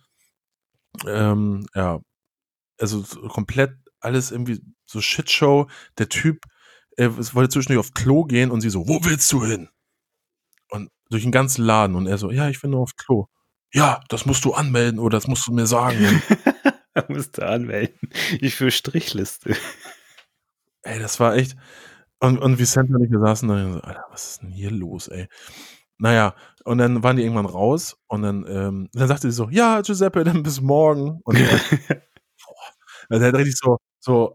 Speaker 3: also so komplett alles irgendwie so Shitshow. Der Typ wollte zwischendurch auf Klo gehen und sie so, wo willst du hin? Und durch den ganzen Laden und er so, ja, ich will nur auf Klo. Ja, das musst du anmelden oder das musst du mir sagen.
Speaker 1: Musst du anmelden. Ich für Strichliste.
Speaker 3: Ey, das war echt. Und Vicente und ich, wir saßen da und so, Alter, was ist denn hier los, ey? Naja, und dann waren die irgendwann raus und dann sagte sie so, ja, Giuseppe, dann bis morgen. Und also er hat richtig so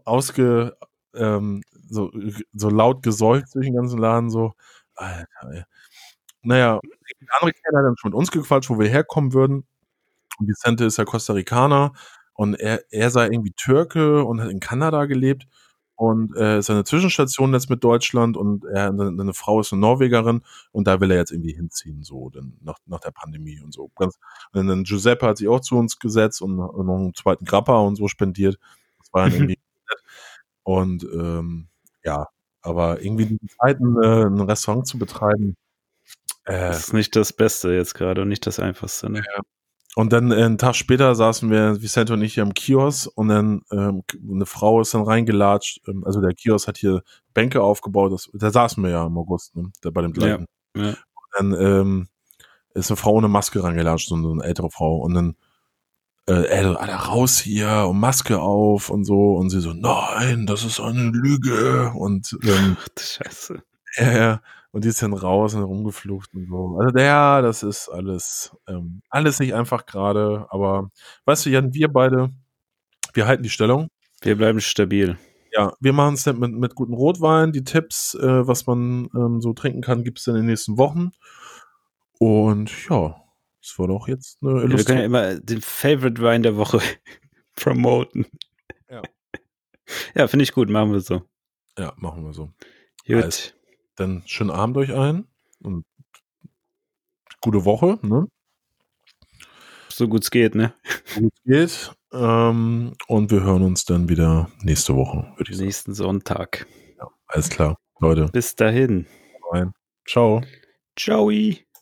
Speaker 3: so laut gesäuft durch den ganzen Laden, so, Alter, ey. Naja, die andere Kerl hat dann schon mit uns gequatscht, wo wir herkommen würden. Und Vicente ist ja Costa Ricaner und er sei irgendwie Türke und hat in Kanada gelebt und ist eine Zwischenstation jetzt mit Deutschland und seine Frau ist eine Norwegerin und da will er jetzt irgendwie hinziehen, so dann nach der Pandemie und so. Und dann Giuseppe hat sich auch zu uns gesetzt und noch einen zweiten Grappa und so spendiert. Das war dann irgendwie nett. Und ja, aber irgendwie in diesen Zeiten ein Restaurant zu betreiben,
Speaker 1: das ist nicht das Beste jetzt gerade und nicht das Einfachste, ne?
Speaker 3: Ja. Und dann einen Tag später saßen wir, Vicente und ich, hier am Kiosk und dann eine Frau ist dann reingelatscht. Also der Kiosk hat hier Bänke aufgebaut. Da saßen wir ja im August, ne? Bei dem gleichen.
Speaker 1: Ja.
Speaker 3: Und dann ist eine Frau ohne Maske reingelatscht, so eine ältere Frau. Und dann Alter, raus hier und Maske auf und so. Und sie so, nein, das ist eine Lüge. Und
Speaker 1: Ach, du Scheiße.
Speaker 3: ja. Und die ist dann raus und rumgeflucht und so. Also ja, das ist alles nicht einfach gerade. Aber weißt du, Jan, wir beide, wir halten die Stellung.
Speaker 1: Wir bleiben stabil.
Speaker 3: Ja, wir machen es dann mit guten Rotwein. Die Tipps, was man so trinken kann, gibt es in den nächsten Wochen. Und ja, das war doch jetzt eine
Speaker 1: Wir können ja immer den Favorite Wein der Woche promoten.
Speaker 3: Ja.
Speaker 1: Ja, finde ich gut. Machen wir so.
Speaker 3: Ja, machen wir so.
Speaker 1: Gut.
Speaker 3: Also, dann schönen Abend euch ein und gute Woche, ne?
Speaker 1: So gut es geht, ne?
Speaker 3: So gut es geht. Und wir hören uns dann wieder nächste Woche, würde ich sagen.
Speaker 1: Nächsten Sonntag.
Speaker 3: Ja, alles klar, Leute.
Speaker 1: Bis dahin.
Speaker 3: Rein. Ciao.
Speaker 1: Ciao.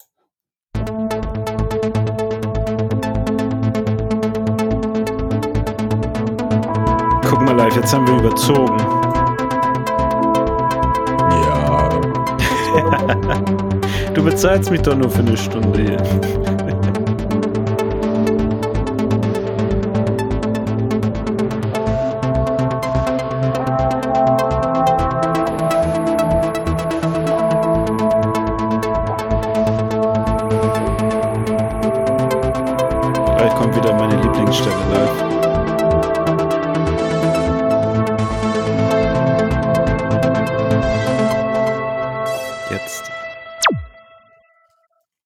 Speaker 1: Guck mal live, jetzt haben wir überzogen.
Speaker 3: Ja.
Speaker 1: Du bezahlst mich doch nur für eine Stunde hier. Gleich kommt wieder meine Lieblingsstelle live.